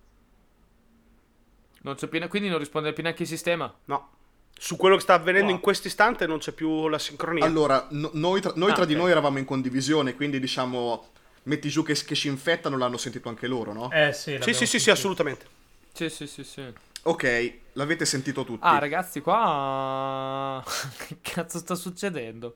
Non c'è più, quindi non risponde più neanche il sistema? No. Su quello che sta avvenendo in questo istante non c'è più la sincronia. Allora, noi tra di noi eravamo in condivisione, quindi diciamo, metti giù che ci infettano, l'hanno sentito anche loro, no? Sì, assolutamente. Sì. Ok, l'avete sentito tutti. Ah, ragazzi, qua... che cazzo sta succedendo?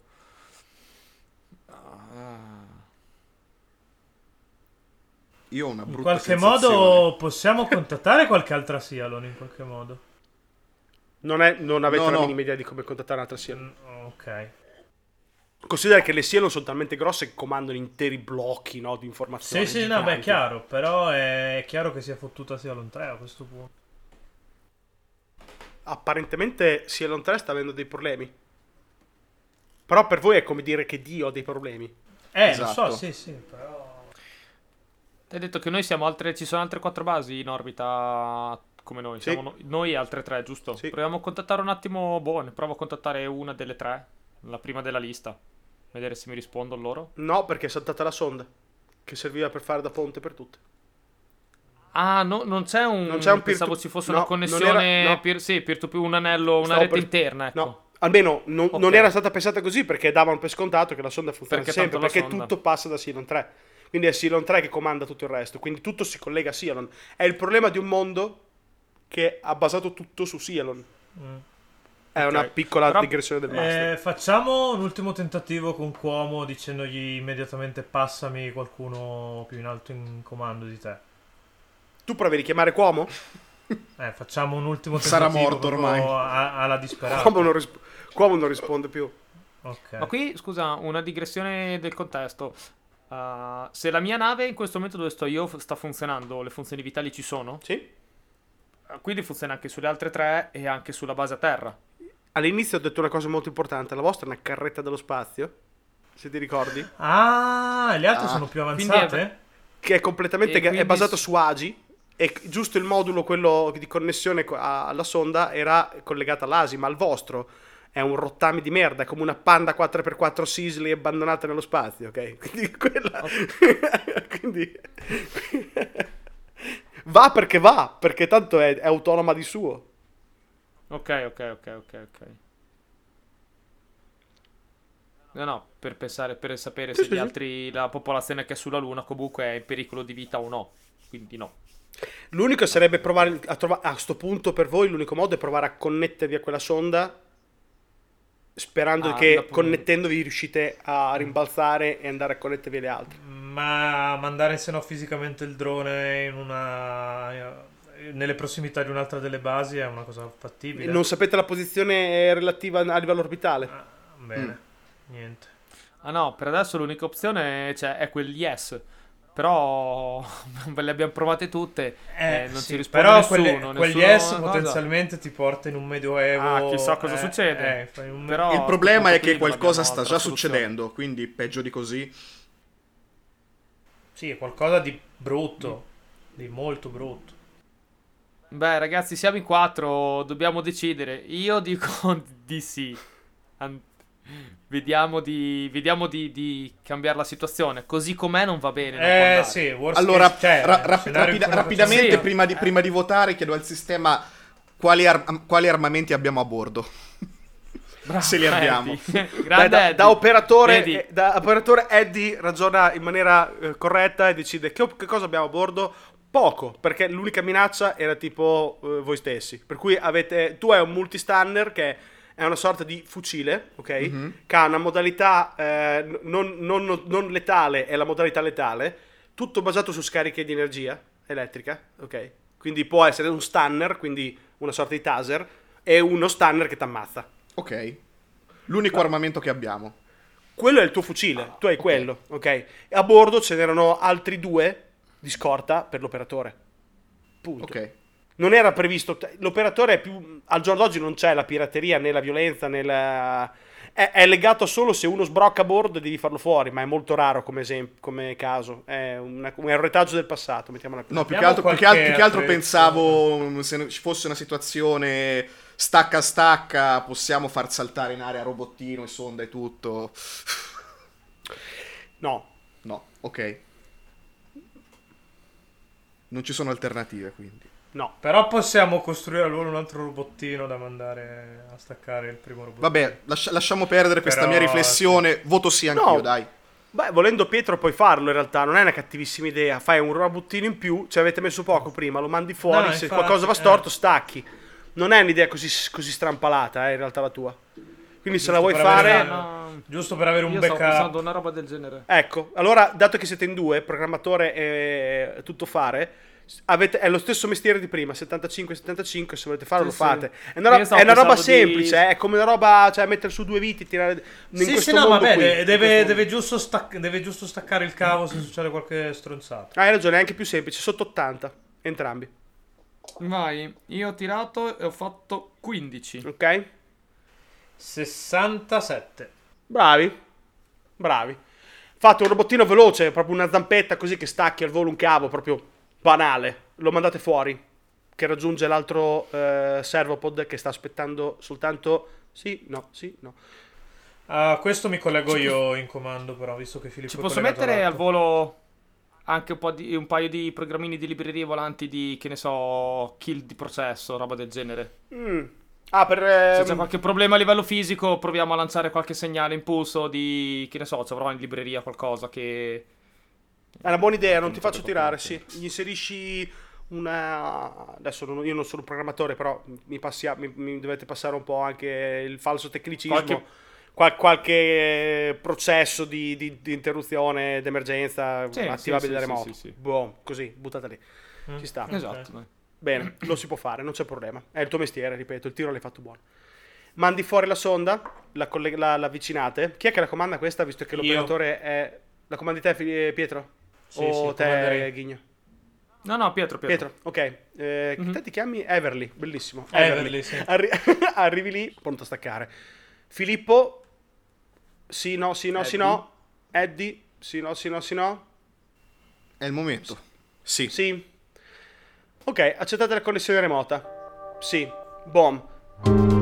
Io ho una brutta In qualche sensazione. modo possiamo contattare qualche altra Sialon, in qualche modo. Non avete la minima idea di come contattare un'altra Sialon. Ok. Considera che le Sialon sono talmente grosse che comandano interi blocchi, no, di informazioni. Sì, no, beh, è chiaro. Però è chiaro che sia fottuta Sialon 3 a questo punto. Apparentemente Sialon 3 sta avendo dei problemi. Però per voi è come dire che Dio ha dei problemi. Esatto. Lo so, sì, però... Hai detto che noi siamo ci sono altre 4 basi in orbita come noi. Sì. Siamo noi e altre 3, giusto? Sì. Proviamo a contattare un attimo. Ne provo a contattare una delle 3, la prima della lista. Vedere se mi rispondono loro. No, perché è saltata la sonda che serviva per fare da ponte per tutte. Ah, no, non c'è un. Non c'è un pensavo ci fosse una no, connessione. no. Peer to peer, un anello, una rete interna. Ecco. No, almeno non Ok. era stata pensata così perché davano per scontato che la sonda funziona Perché sempre. tanto la Perché sonda. tutto passa da Silon 3. Quindi è Silon 3 che comanda tutto il resto. Quindi tutto si collega a Silon. È il problema di un mondo che ha basato tutto su Silon. È una piccola Però, digressione del master. Facciamo un ultimo tentativo con Cuomo dicendogli immediatamente passami qualcuno più in alto in comando di te. Tu provi a richiamare Cuomo? Facciamo un ultimo Sarà tentativo morto ormai. alla disperata. Cuomo non risponde più. Ok. Ma qui, scusa, una digressione del contesto. Se la mia nave in questo momento dove sto io sta funzionando, le funzioni vitali ci sono? Sì? Quindi funziona anche sulle altre 3 e anche sulla base a terra. All'inizio ho detto una cosa molto importante. La vostra è una carretta dello spazio. Se ti ricordi? Ah, le altre sono più avanzate? Quindi Che è completamente E quindi è basato su AGI. E giusto il modulo, quello di connessione alla sonda, era collegato all'ASI. Ma il vostro è un rottame di merda, è come una Panda 4x4 Sisley abbandonata nello spazio, ok? Quindi quella... Quindi... va, perché tanto è autonoma di suo. Ok. No, per sapere se gli altri, la popolazione che è sulla Luna comunque è in pericolo di vita o no. Quindi no. L'unico sarebbe provare a trovare, a sto punto per voi, l'unico modo è provare a connettervi a quella sonda, sperando che dopo- connettendovi riuscite a rimbalzare e andare a connettervi alle altre. Ma mandare se no fisicamente il drone nelle prossimità di un'altra delle basi è una cosa fattibile? Non sapete la posizione relativa a livello orbitale? Bene, niente. Ah no, per adesso l'unica opzione è quel yes. Però ve le abbiamo provate tutte. Non sì, ci risponde però nessuno. quel nessuno yes cosa. potenzialmente ti porta in un medioevo. Chissà cosa succede. Fai un Però Il problema è che pochino qualcosa abbiamo sta altra già soluzione. succedendo, quindi peggio di così. Sì, è qualcosa di brutto, di molto brutto. Beh, ragazzi, siamo in 4, dobbiamo decidere. Io dico di sì. An- vediamo di cambiare la situazione. Così com'è non va bene. Non può andare. Sì, worst Allora, case, cioè, scenario in cui non rapidamente, facciamo- Sì. prima di votare, chiedo al sistema quali armamenti abbiamo a bordo. Bravo, se li abbiamo. Eddie. Beh, Grande Eddie. da operatore, Vedi? da operatore Eddie ragiona in maniera corretta e decide che cosa abbiamo a bordo. Poco, perché l'unica minaccia era tipo voi stessi. Per cui tu hai un multistunner che è una sorta di fucile, ok? Che ha una modalità non letale e la modalità letale, tutto basato su scariche di energia elettrica, ok? Quindi può essere un stunner, quindi una sorta di taser, e uno stunner che ti ammazza. Ok. L'unico armamento che abbiamo. Quello è il tuo fucile, tu hai quello, ok? E a bordo ce n'erano altri 2 di scorta per l'operatore. Punto. Ok. Non era previsto. L'operatore è più. Al giorno d'oggi non c'è la pirateria né la violenza né la. È legato solo se uno sbrocca a bordo e devi farlo fuori, ma è molto raro come caso. È un retaggio del passato, mettiamola così. No, più che Abbiamo altro, più che altro qualche pensavo se ci fosse una situazione stacca, possiamo far saltare in aria robottino e sonda e tutto. No. No, ok. Non ci sono alternative, quindi. No. Però possiamo costruire allora un altro robottino da mandare a staccare il primo robottino. Vabbè, lasciamo perdere questa Però, mia riflessione. Voto sì anch'io, No. dai. Beh, volendo Pietro puoi farlo in realtà, non è una cattivissima idea. Fai un robottino in più, ci avete messo poco prima, lo mandi fuori, No, se infatti, qualcosa va storto stacchi. Non è un'idea così strampalata, in realtà la tua. Quindi se la vuoi per fare... avere- No, Giusto per avere un io stavo pensando a backup. una roba del genere. Ecco, allora, dato che siete in 2, programmatore e tutto fare, è lo stesso mestiere di prima, 75-75, se volete farlo Sì, lo fate. sì. È una, Io stavo è una roba pensando di- semplice, è come una roba, cioè mettere su 2 viti, tirare in Sì, questo sì, no, mondo vabbè, qui, in deve, questo mondo. deve giusto staccare il cavo se succede qualche stronzata. Hai ragione, è anche più semplice, sotto 80, entrambi, Vai, io ho tirato e ho fatto 15. ok? 67. Bravi. Fate un robottino veloce, proprio una zampetta così che stacchi al volo un cavo, proprio banale. Lo mandate fuori, che raggiunge l'altro servopod che sta aspettando soltanto... Sì, no. A questo mi collego io in comando, però, visto che Filippo Ci è posso collegato mettere al all'altro. volo anche un paio di programmini di librerie volanti di, che ne so, kill di processo, roba del genere. Ah, Se per... c'è qualche problema a livello fisico, proviamo a lanciare qualche segnale impulso di, che ne so, ci avrò in libreria qualcosa che... È una buona idea, non ti faccio tirare, sì. Gli inserisci una... Adesso io non sono un programmatore, però mi dovete passare un po' anche il falso tecnicismo. Qualche processo di interruzione d'emergenza Sì, attivabile da sì, remoto. sì. Boh, così, buttata lì. Ci sta. Esatto. dai. Bene, lo si può fare, non c'è problema. È il tuo mestiere, ripeto, il tiro l'hai fatto buono. Mandi fuori la sonda, la avvicinate. Chi è che la comanda questa, visto che Io. l'operatore è... La comandi te, Pietro? Sì, O sì, te, comanderei. Ghigno? No, Pietro. Pietro, ok. Te ti chiami Everly, bellissimo. Everly, sì. Arrivi lì, pronto a staccare. Filippo, sì, no. Eddie, sì, no. È il momento. Sì. Sì. Ok, accettate la connessione remota. Sì. Boom.